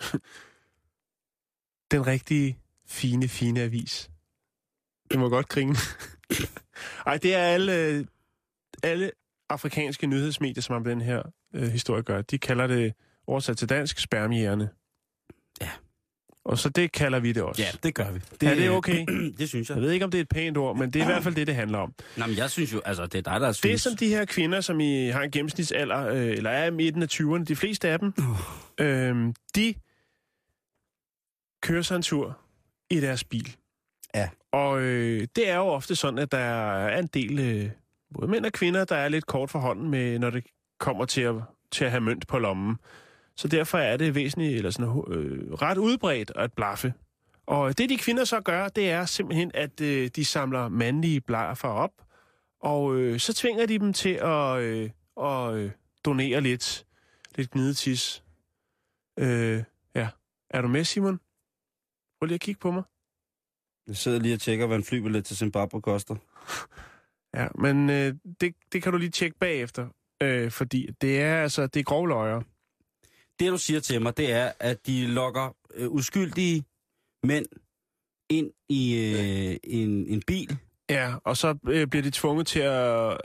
D: Den rigtige, fine avis. Det må godt grine. Ej, det er alle afrikanske nyhedsmedier, som har med den her historie gør. De kalder det, oversat til dansk, spermjægerne.
J: Ja.
D: Og så det kalder vi det også.
J: Ja, det gør vi.
D: Er det okay?
J: Det synes jeg.
D: Jeg ved ikke, om det er et pænt ord, men det er i hvert fald det handler om.
J: Nej, men jeg synes jo, altså det er dig, der synes.
D: Det er som de her kvinder, som har en gennemsnitsalder, eller er i midten af 20'erne, de fleste af dem, de kører sig en tur i deres bil.
J: Ja.
D: Og det er jo ofte sådan, at der er en del både mænd og kvinder, der er lidt kort for hånden med, når det kommer til at have mønt på lommen. Så derfor er det væsentligt, eller sådan ret udbredt at blaffe. Og det de kvinder så gør, det er simpelthen, at de samler mandlige blaffer op, og så tvinger de dem til at donere lidt gnidetis. Ja. Er du med, Simon? Prøv lige at kigge på mig.
J: Jeg sidder lige og tjekker, hvad en flybillet til Zimbabwe koster.
D: Ja, men det kan du lige tjekke bagefter, fordi det er grove løjer.
J: Det, du siger til mig, det er, at de lokker uskyldige mænd ind i en bil.
D: Ja, og så bliver de tvunget til at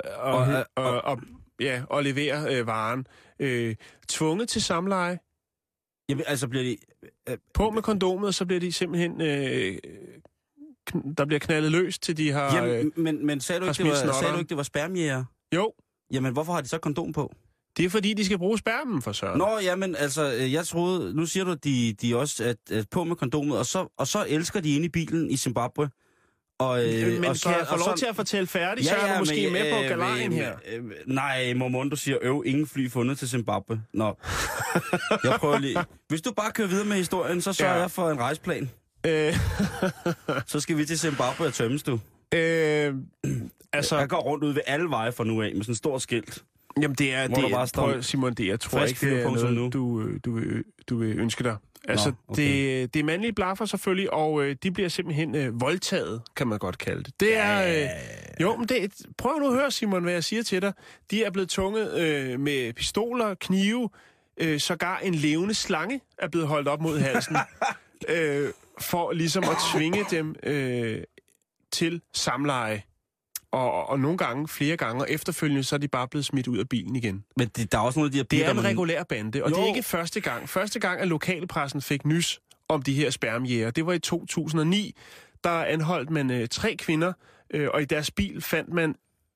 D: levere varen. Tvunget til samleje.
J: Jamen, altså bliver de...
D: På med kondomet, så bliver de simpelthen... der bliver knaldet løs, til de har...
J: Jamen, men sagde du ikke, det var spermjæger?
D: Jo.
J: Jamen, hvorfor har de så kondom på?
D: Det er fordi, de skal bruge spermen for søren.
J: Nå, jamen, altså, jeg troede... Nu siger du, at de også er på med kondomet, og så elsker de inde i bilen i Zimbabwe.
D: Men og så, kan jeg få lov til at fortælle færdigt, så er du måske med på galejen her?
J: Nej, Mormon, du siger, ingen fly fundet til Zimbabwe. Nå, jeg prøver lige. Hvis du bare kører videre med historien, så sørger jeg for en rejsplan. Så skal vi til Zimbabwe og tømmes, du.
D: Altså,
J: jeg går rundt ud ved alle veje fra nu af med sådan et stort skilt.
D: Jamen, Simon, jeg tror ikke, det er noget, du vil ønske dig. Altså, nå, okay. det er mandlige blaffer selvfølgelig, og de bliver simpelthen voldtaget, kan man godt kalde det. Det er... Jo, men prøv nu at høre, Simon, hvad jeg siger til dig. De er blevet tvunget med pistoler, knive, sågar en levende slange er blevet holdt op mod halsen, for ligesom at tvinge dem til samleje. Og nogle gange, flere gange, og efterfølgende, så er de bare blevet smidt ud af bilen igen.
J: Men der er også noget, de har...
D: Det er en regulær bande, og det er ikke første gang. Første gang, at lokalpressen fik nys om de her spermjæger, det var i 2009. Der anholdt man 3 kvinder, og i deres bil fandt man,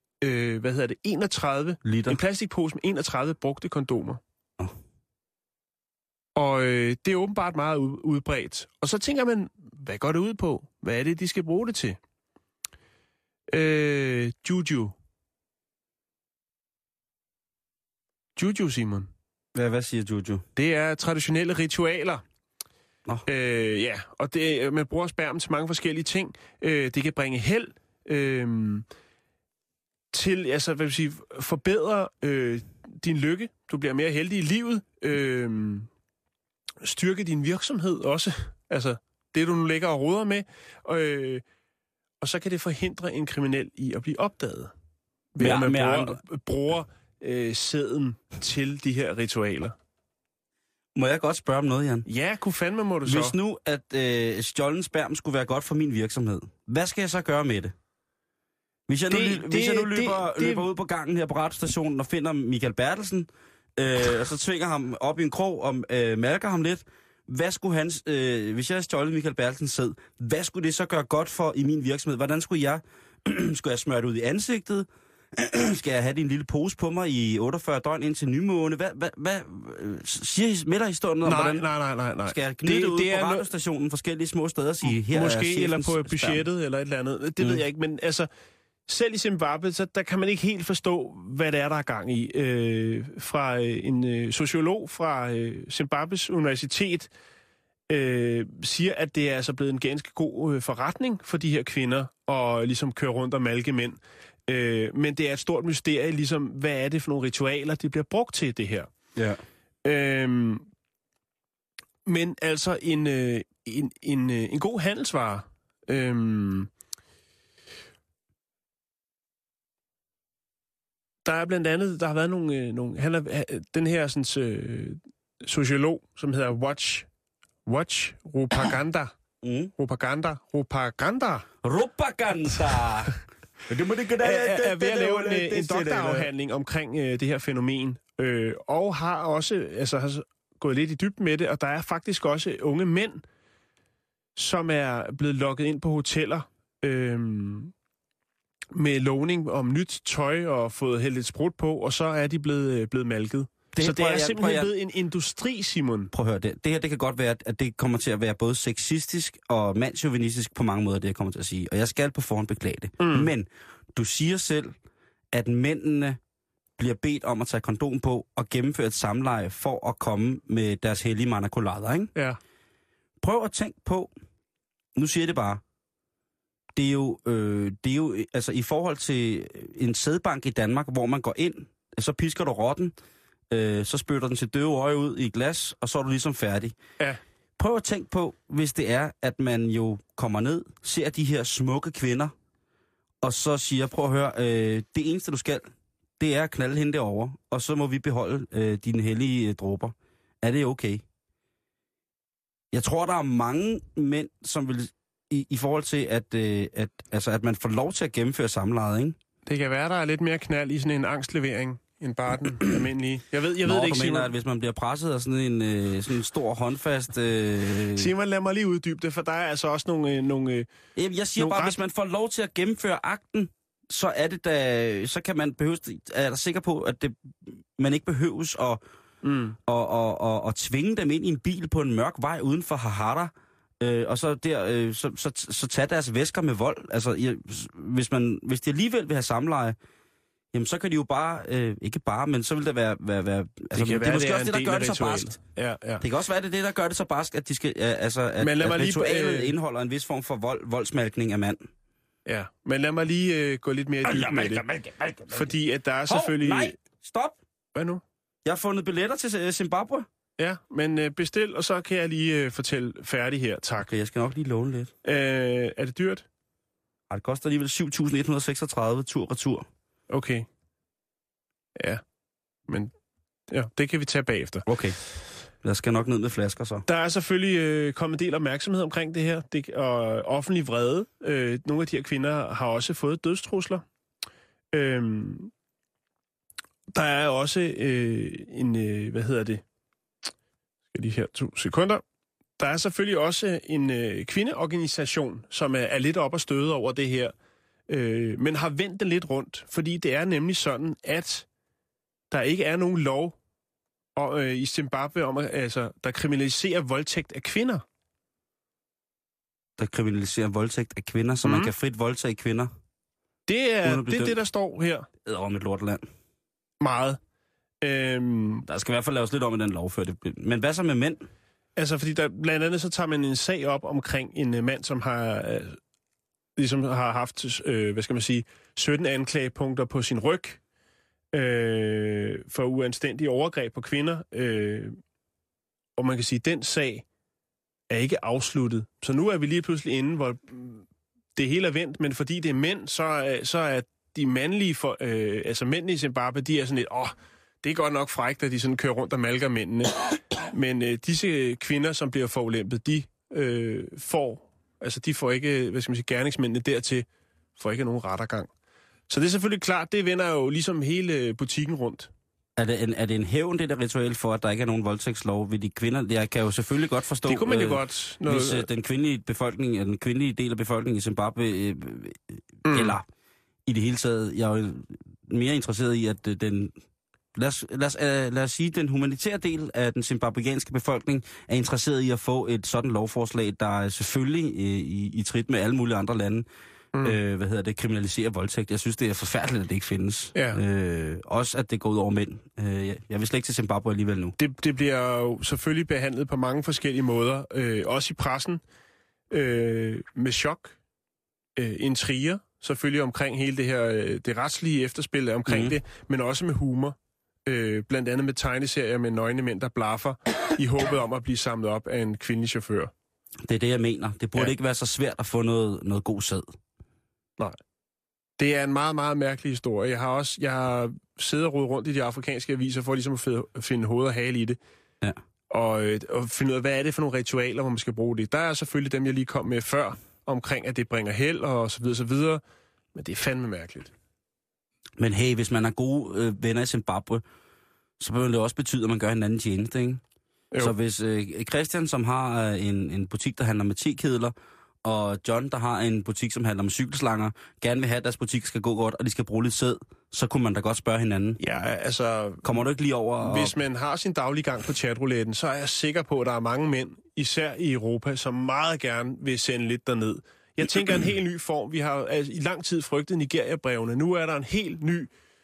D: 31 liter. En plastikpose med 31 brugte kondomer. Og det er åbenbart meget udbredt. Og så tænker man, hvad går det ud på? Hvad er det, de skal bruge det til? Juju. Juju, Simon.
J: Hvad siger Juju?
D: Det er traditionelle ritualer.
J: Nå.
D: Ja, og man bruger sperm til mange forskellige ting. Det kan bringe held til, altså, hvad vil sige, forbedre din lykke. Du bliver mere heldig i livet. Styrke din virksomhed også. Altså, det du nu ligger og roder med. Og så kan det forhindre en kriminel i at blive opdaget. Ved at man bruger sæden til de her ritualer.
J: Må jeg godt spørge om noget, Jan?
D: Ja, kunne fandme må du så.
J: Hvis nu, at stjålen sperm skulle være godt for min virksomhed, hvad skal jeg så gøre med det? Hvis jeg nu løber ud på gangen her på radiostationen og finder Michael Bertelsen, og så tvinger ham op i en krog og malker ham lidt, hvad skulle hans, hvis jeg stjålet Michael Bertelsens sæd, hvad skulle det så gøre godt for i min virksomhed? Hvordan skulle jeg smøre det ud i ansigtet? Skal jeg have din lille pose på mig i 48 døgn indtil nymåne? Hvad siger midterhistorien om, hvordan?
D: Nej.
J: Skal jeg gnide det ud på radiostationen forskellige små steder og sige, her
D: måske,
J: er
D: eller på budgettet, eller et eller andet. Det ved jeg ikke, men altså, selv i Zimbabwe, så der kan man ikke helt forstå, hvad det er, der er gang i. Fra en sociolog fra Zimbabwes Universitet siger, at det er altså blevet en ganske god forretning for de her kvinder at ligesom køre rundt og malke mænd. Men det er et stort mysterie, ligesom, hvad er det for nogle ritualer, de bliver brugt til, det her.
J: Ja.
D: Men altså en god handelsvare. Der er blandt andet, der har været nogle den her sådan, sociolog, som hedder Watch Rupaganda. Rupaganda. Er ved at lave en doktorafhandling omkring det her fænomen, og har også har gået lidt i dybden med det, og der er faktisk også unge mænd, som er blevet lukket ind på hoteller med lovning om nyt tøj og fået hældt et sprut på, og så er de blevet malket. Så det er simpelthen blevet en industri, Simon.
J: Prøv at høre det. Det her, det kan godt være, at det kommer til at være både sexistisk og mandsjuvenistisk på mange måder, det jeg kommer til at sige. Og jeg skal på forhånd beklage det. Men du siger selv, at mændene bliver bedt om at tage kondom på og gennemføre et samleje for at komme med deres hellige manakulader, ikke?
D: Ja.
J: Prøv at tænke på, nu siger jeg det bare, det er jo altså i forhold til en sædbank i Danmark, hvor man går ind, så pisker du rotten, så spytter den sit døve øje ud i et glas, og så er du ligesom færdig.
D: Ja.
J: Prøv at tænke på, hvis det er, at man jo kommer ned, ser de her smukke kvinder, og så siger, prøv at høre, det eneste du skal, det er at knalde hende derovre, og så må vi beholde dine hellige dråber. Er det okay? Jeg tror, der er mange mænd, som vil, i forhold til, at man får lov til at gennemføre samlejet, ikke?
D: Det kan være, der er lidt mere knald i sådan en angstlevering, end bare den almindelige. Jeg ved det ikke,
J: Simon.
D: Simon.
J: At hvis man bliver presset af sådan en stor håndfast...
D: Simon, lad mig lige uddybe det, for der er altså også nogle
J: jeg siger bare, hvis man får lov til at gennemføre akten, så er det da... Så kan man er der sikker på, at man ikke behøves at tvinge dem ind i en bil på en mørk vej uden for Hahara, og så tage deres væsker med vold. Altså, hvis de alligevel vil have samleje, jamen så kan de jo bare, ikke bare, men så vil det være altså, det er måske også det, der gør det så barskt.
D: Ja.
J: Det kan også være, det der gør det så barskt, at de skal, at ritualet indeholder en vis form for voldsmalkning af mand.
D: Ja, men lad mig lige gå lidt mere i dybden med det. Fordi at der er selvfølgelig...
J: Nej, stop!
D: Hvad nu?
J: Jeg har fundet billetter til Zimbabwe.
D: Ja, men bestil, og så kan jeg lige fortælle færdig her. Tak.
J: Okay, jeg skal nok lige låne lidt.
D: Er det dyrt?
J: Det koster alligevel 7.136 tur-retur.
D: Okay. Ja, men ja, det kan vi tage bagefter.
J: Okay. Jeg skal nok ned med flasker så. Der
D: er selvfølgelig kommet en del opmærksomhed omkring det her, og offentlig vrede. Nogle af de her kvinder har også fået dødstrusler. Der er også skal lige her 2 sekunder. Der er selvfølgelig også en kvindeorganisation, som er lidt op og støde over det her, men har vendt det lidt rundt, fordi det er nemlig sådan, at der ikke er nogen lov i Zimbabwe om, der kriminaliserer voldtægt af kvinder.
J: Der kriminaliserer voldtægt af kvinder, så man kan frit voldtage kvinder?
D: Det er det, der står her.
J: Det er om et lortland.
D: Meget.
J: Der skal i hvert fald laves lidt om i den lov før det. Men hvad så med mænd?
D: Altså, fordi der blandt andet så tager man en sag op omkring en mand, som har haft, 17 anklagepunkter på sin ryg for uanstændige overgreb på kvinder. Og man kan sige, at den sag er ikke afsluttet. Så nu er vi lige pludselig inde, hvor det hele er vendt, men fordi det er mænd, så er de mandlige, mændene i Zimbabwe, de er sådan lidt, det er godt nok frækt, at de sådan kører rundt og malker mændene. Men disse kvinder, som bliver forulæmpet, de får ikke, gerningsmændene dertil, får ikke nogen rettergang. Så det er selvfølgelig klart, det vender jo ligesom hele butikken rundt.
J: Er det en hævn, det der ritual for, at der ikke er nogen voldtægtslov ved de kvinder? Jeg kan jo selvfølgelig godt forstå...
D: Det kunne man jo godt.
J: Hvis den kvindelige befolkning, den kvindelige del af befolkningen i Zimbabwe, eller i det hele taget, jeg er jo mere interesseret i, at den... Lad os sige, at den humanitære del af den zimbabwianske befolkning er interesseret i at få et sådan lovforslag, der er selvfølgelig i trit med alle mulige andre lande, kriminaliserer voldtægt. Jeg synes, det er forfærdeligt, at det ikke findes.
D: Ja.
J: Også, at det går ud over mænd. Jeg vil slet ikke til Zimbabwe alligevel nu.
D: Det bliver jo selvfølgelig behandlet på mange forskellige måder. Også i pressen. Med chok. Intriger. Selvfølgelig omkring hele det her, det retslige efterspil omkring det. Men også med humor. Blandt andet med tegneserier med nøgne mænd, der blaffer i håbet om at blive samlet op af en kvindelig chauffør.
J: Det er det, jeg mener. Det burde ikke være så svært at få noget god sæd.
D: Nej. Det er en meget, meget mærkelig historie. Jeg har siddet og rodet rundt i de afrikanske aviser for ligesom at finde hoved og hale i det.
J: Ja.
D: Og finde ud af, hvad er det for nogle ritualer, hvor man skal bruge det. Der er selvfølgelig dem, jeg lige kom med før, omkring at det bringer held og så videre, så videre. Men det er fandme mærkeligt.
J: Men hey, hvis man er gode venner i Zimbabwe, så vil det også betyde, at man gør hinanden tjeneste, ikke? Jo. Så hvis Christian, som har en butik, der handler med tekedler, og John, der har en butik, som handler med cykelslanger, gerne vil have, at deres butik skal gå godt, og de skal bruge lidt sæd, så kunne man da godt spørge hinanden.
D: Ja, altså...
J: Kommer du ikke lige over...
D: Hvis man har sin daglige gang på chatrouletten, så er jeg sikker på, at der er mange mænd, især i Europa, som meget gerne vil sende lidt derned. Jeg tænker en helt ny form. Vi har i lang tid frygtet Nigeria-brevene. Nu er der en helt ny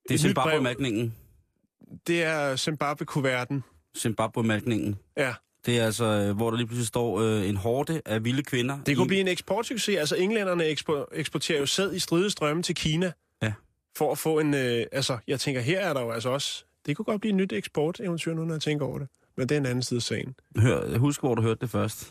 J: Det er Zimbabwe-mærkningen.
D: Det er Zimbabwe-kuverten.
J: Zimbabwe-mærkningen.
D: Ja.
J: Det er altså, hvor der lige pludselig står en horde af vilde kvinder.
D: Det kunne blive en eksportsucces. Altså, englænderne eksporterer jo sæd i stridestrømme til Kina.
J: Ja.
D: For at få en... jeg tænker, her er der jo altså også... Det kunne godt blive et nyt eksporteventyr, nu når jeg tænker over det. Men det er en anden side af sagen.
J: Husk, hvor du hørte det først.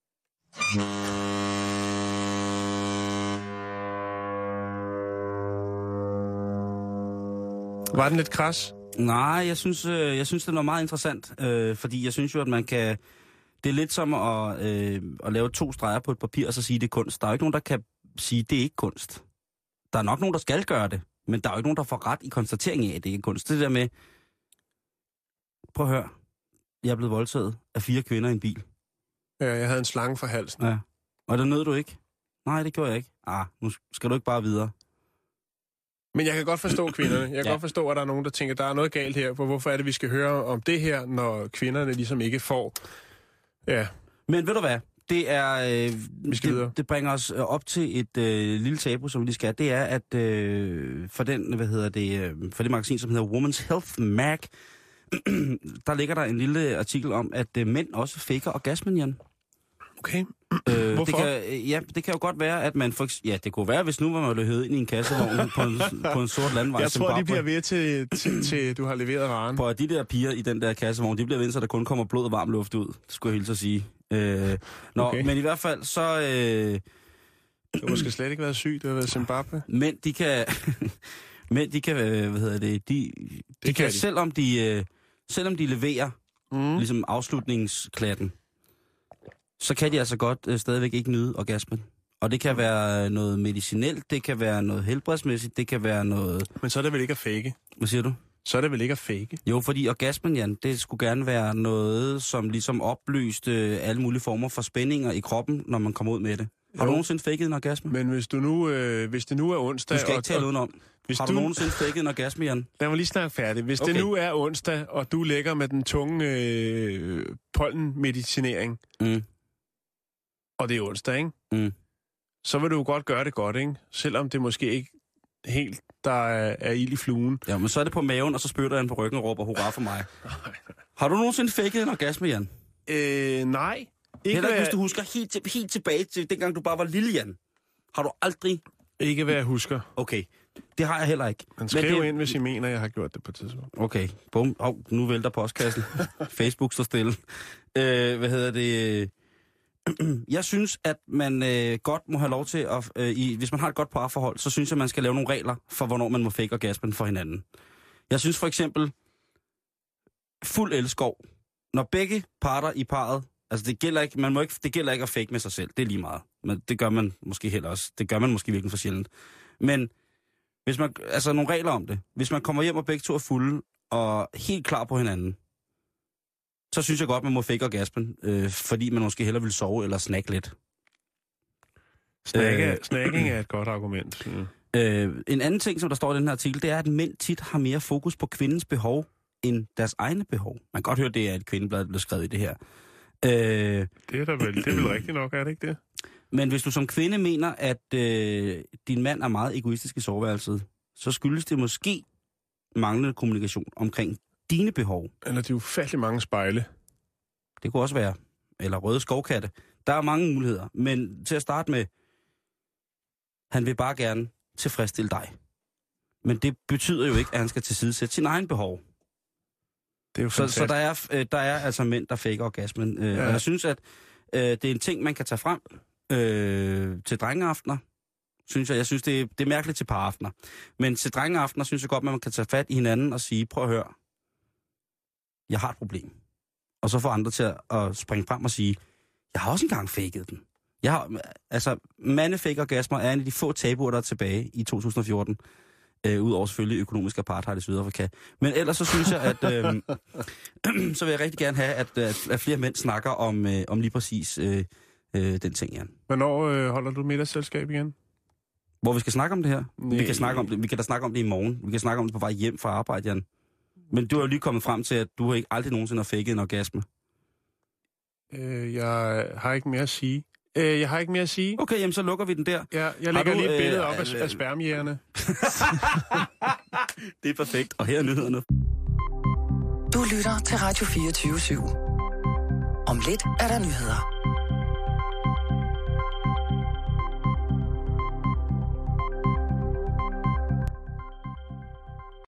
D: Var den lidt kras?
J: Nej, jeg synes det var meget interessant, fordi jeg synes jo, at man kan... Det er lidt som at lave 2 streger på et papir, og så sige, det er kunst. Der er jo ikke nogen, der kan sige, det er ikke kunst. Der er nok nogen, der skal gøre det, men der er jo ikke nogen, der får ret i konstateringen af, at det ikke er kunst. Det der med... Prøv at høre. Jeg er blevet voldtaget af 4 kvinder i en bil.
D: Ja, jeg havde en slange for halsen.
J: Ja. Og det nød du ikke? Nej, det gjorde jeg ikke. Nu skal du ikke bare videre.
D: Men jeg kan godt forstå kvinderne. Jeg kan godt forstå, at der er nogen, der tænker, der er noget galt her. Hvorfor er det, vi skal høre om det her, når kvinderne ligesom ikke får... Ja.
J: Men ved du hvad? Det er... det bringer os op til et lille tabu, som vi lige skal. Det er, at for det magasin, som hedder Women's Health Mag, der ligger der en lille artikel om, at mænd også faker orgasmen, Jan.
D: Okay. Hvorfor?
J: Det kan jo godt være, at man... det kunne være, hvis nu var man løbet ind i en kassevogn på en sort landvej.
D: Jeg tror, de bliver ved til du har leveret varen.
J: På de der piger i den der kassevogn, de bliver ved, så der kun kommer blod og varm luft ud. Det skulle jeg hilse at sige. Okay. Men i hvert fald, så...
D: Du har måske slet ikke været syg, det har været Zimbabwe.
J: Men de kan... Selvom de leverer ligesom afslutningsklatten, så kan de altså godt stadigvæk ikke nyde orgasmen. Og det kan være noget medicinelt, det kan være noget helbredsmæssigt, det kan være noget...
D: Men så er det vel ikke at fake?
J: Hvad siger du?
D: Så er det vel ikke at fake?
J: Jo, fordi orgasmen, Jan, det skulle gerne være noget, som ligesom oplyste alle mulige former for spændinger i kroppen, når man kommer ud med det. Har du nogensinde faket en orgasme?
D: Men hvis det nu er onsdag...
J: Du skal ikke tale udenom. Har du nogensinde faket en orgasme, Jan?
D: Lad mig lige snakke færdig. Hvis det nu er onsdag, og du ligger med den tunge pollenmedicinering, og det er onsdag, ikke? Så vil du jo godt gøre det godt, ikke? Selvom det måske ikke helt, der er ild i fluen.
J: Ja, men så er det på maven, og så spytter han på ryggen og råber hurra for mig. Har du nogensinde faket en orgasme, Jan?
D: Nej.
J: Heller ikke, hvis du husker helt tilbage til dengang, du bare var lille, Jan. Har du aldrig...
D: Ikke hvad jeg husker.
J: Okay, det har jeg heller ikke.
D: Men skriv ind, hvis I mener, jeg har gjort det på et tidspunkt.
J: Okay, bum. Nu vælter postkassen. Facebook står stille. Jeg synes, at man godt må have lov til at... hvis man har et godt parforhold, så synes jeg, man skal lave nogle regler for, hvornår man må fake orgasmen for hinanden. Jeg synes for eksempel, fuld elskov. Når begge parter i parret... Altså, det gælder ikke at fake med sig selv. Det er lige meget. Men det gør man måske heller også. Det gør man måske virkelig for sjældent. Men hvis man... Altså, nogle regler om det. Hvis man kommer hjem og begge to er fulde og helt klar på hinanden, så synes jeg godt, man må fake orgasmen, fordi man måske hellere vil sove eller snakke lidt.
D: Snacking er et godt argument.
J: En anden ting, som der står i den her artikel, det er, at mænd tit har mere fokus på kvindens behov end deres egne behov. Man kan godt høre, det er et kvindeblad, der bliver skrevet i det her.
D: Det er vel rigtigt nok, er det ikke det?
J: Men hvis du som kvinde mener, at din mand er meget egoistisk i soveværelset, så skyldes det måske manglende kommunikation omkring dine behov.
D: Eller de ufattelig mange spejle.
J: Det kunne også være. Eller røde skovkatte. Der er mange muligheder. Men til at starte med, han vil bare gerne tilfredsstille dig. Men det betyder jo ikke, at han skal tilsidesætte sin egen behov.
D: Det er jo
J: så der er altså mænd, der faker orgasmen. Og jeg synes, at det er en ting, man kan tage frem til drengeaftener. Jeg synes, det er mærkeligt til paraftener. Men til drengeaftener synes jeg godt, at man kan tage fat i hinanden og sige, prøv at høre, jeg har et problem. Og så få andre til at springe frem og sige, jeg har også engang faket den. Mandefake orgasmer er en af de få tabuer, der er tilbage i 2014. Udover selvfølgelig økonomisk apartheid i Sydafrika. Men ellers så synes jeg, at så vil jeg rigtig gerne have, at flere mænd snakker om lige præcis den ting, Jan.
D: Hvornår holder du middagsselskab igen?
J: Hvor vi skal snakke om det her? Vi kan da snakke om det i morgen. Vi kan snakke om det på vej hjem fra arbejde, Jan. Men du har jo lige kommet frem til, at du ikke aldrig nogensinde har faket en orgasme.
D: Jeg har ikke mere at sige.
J: Okay, jamen så lukker vi den der.
D: Ja, jeg lægger lige et billede op af spermjægerne.
J: Det er perfekt. Og her er nyhederne.
C: Du lytter til Radio 24/7. Om lidt er der nyheder.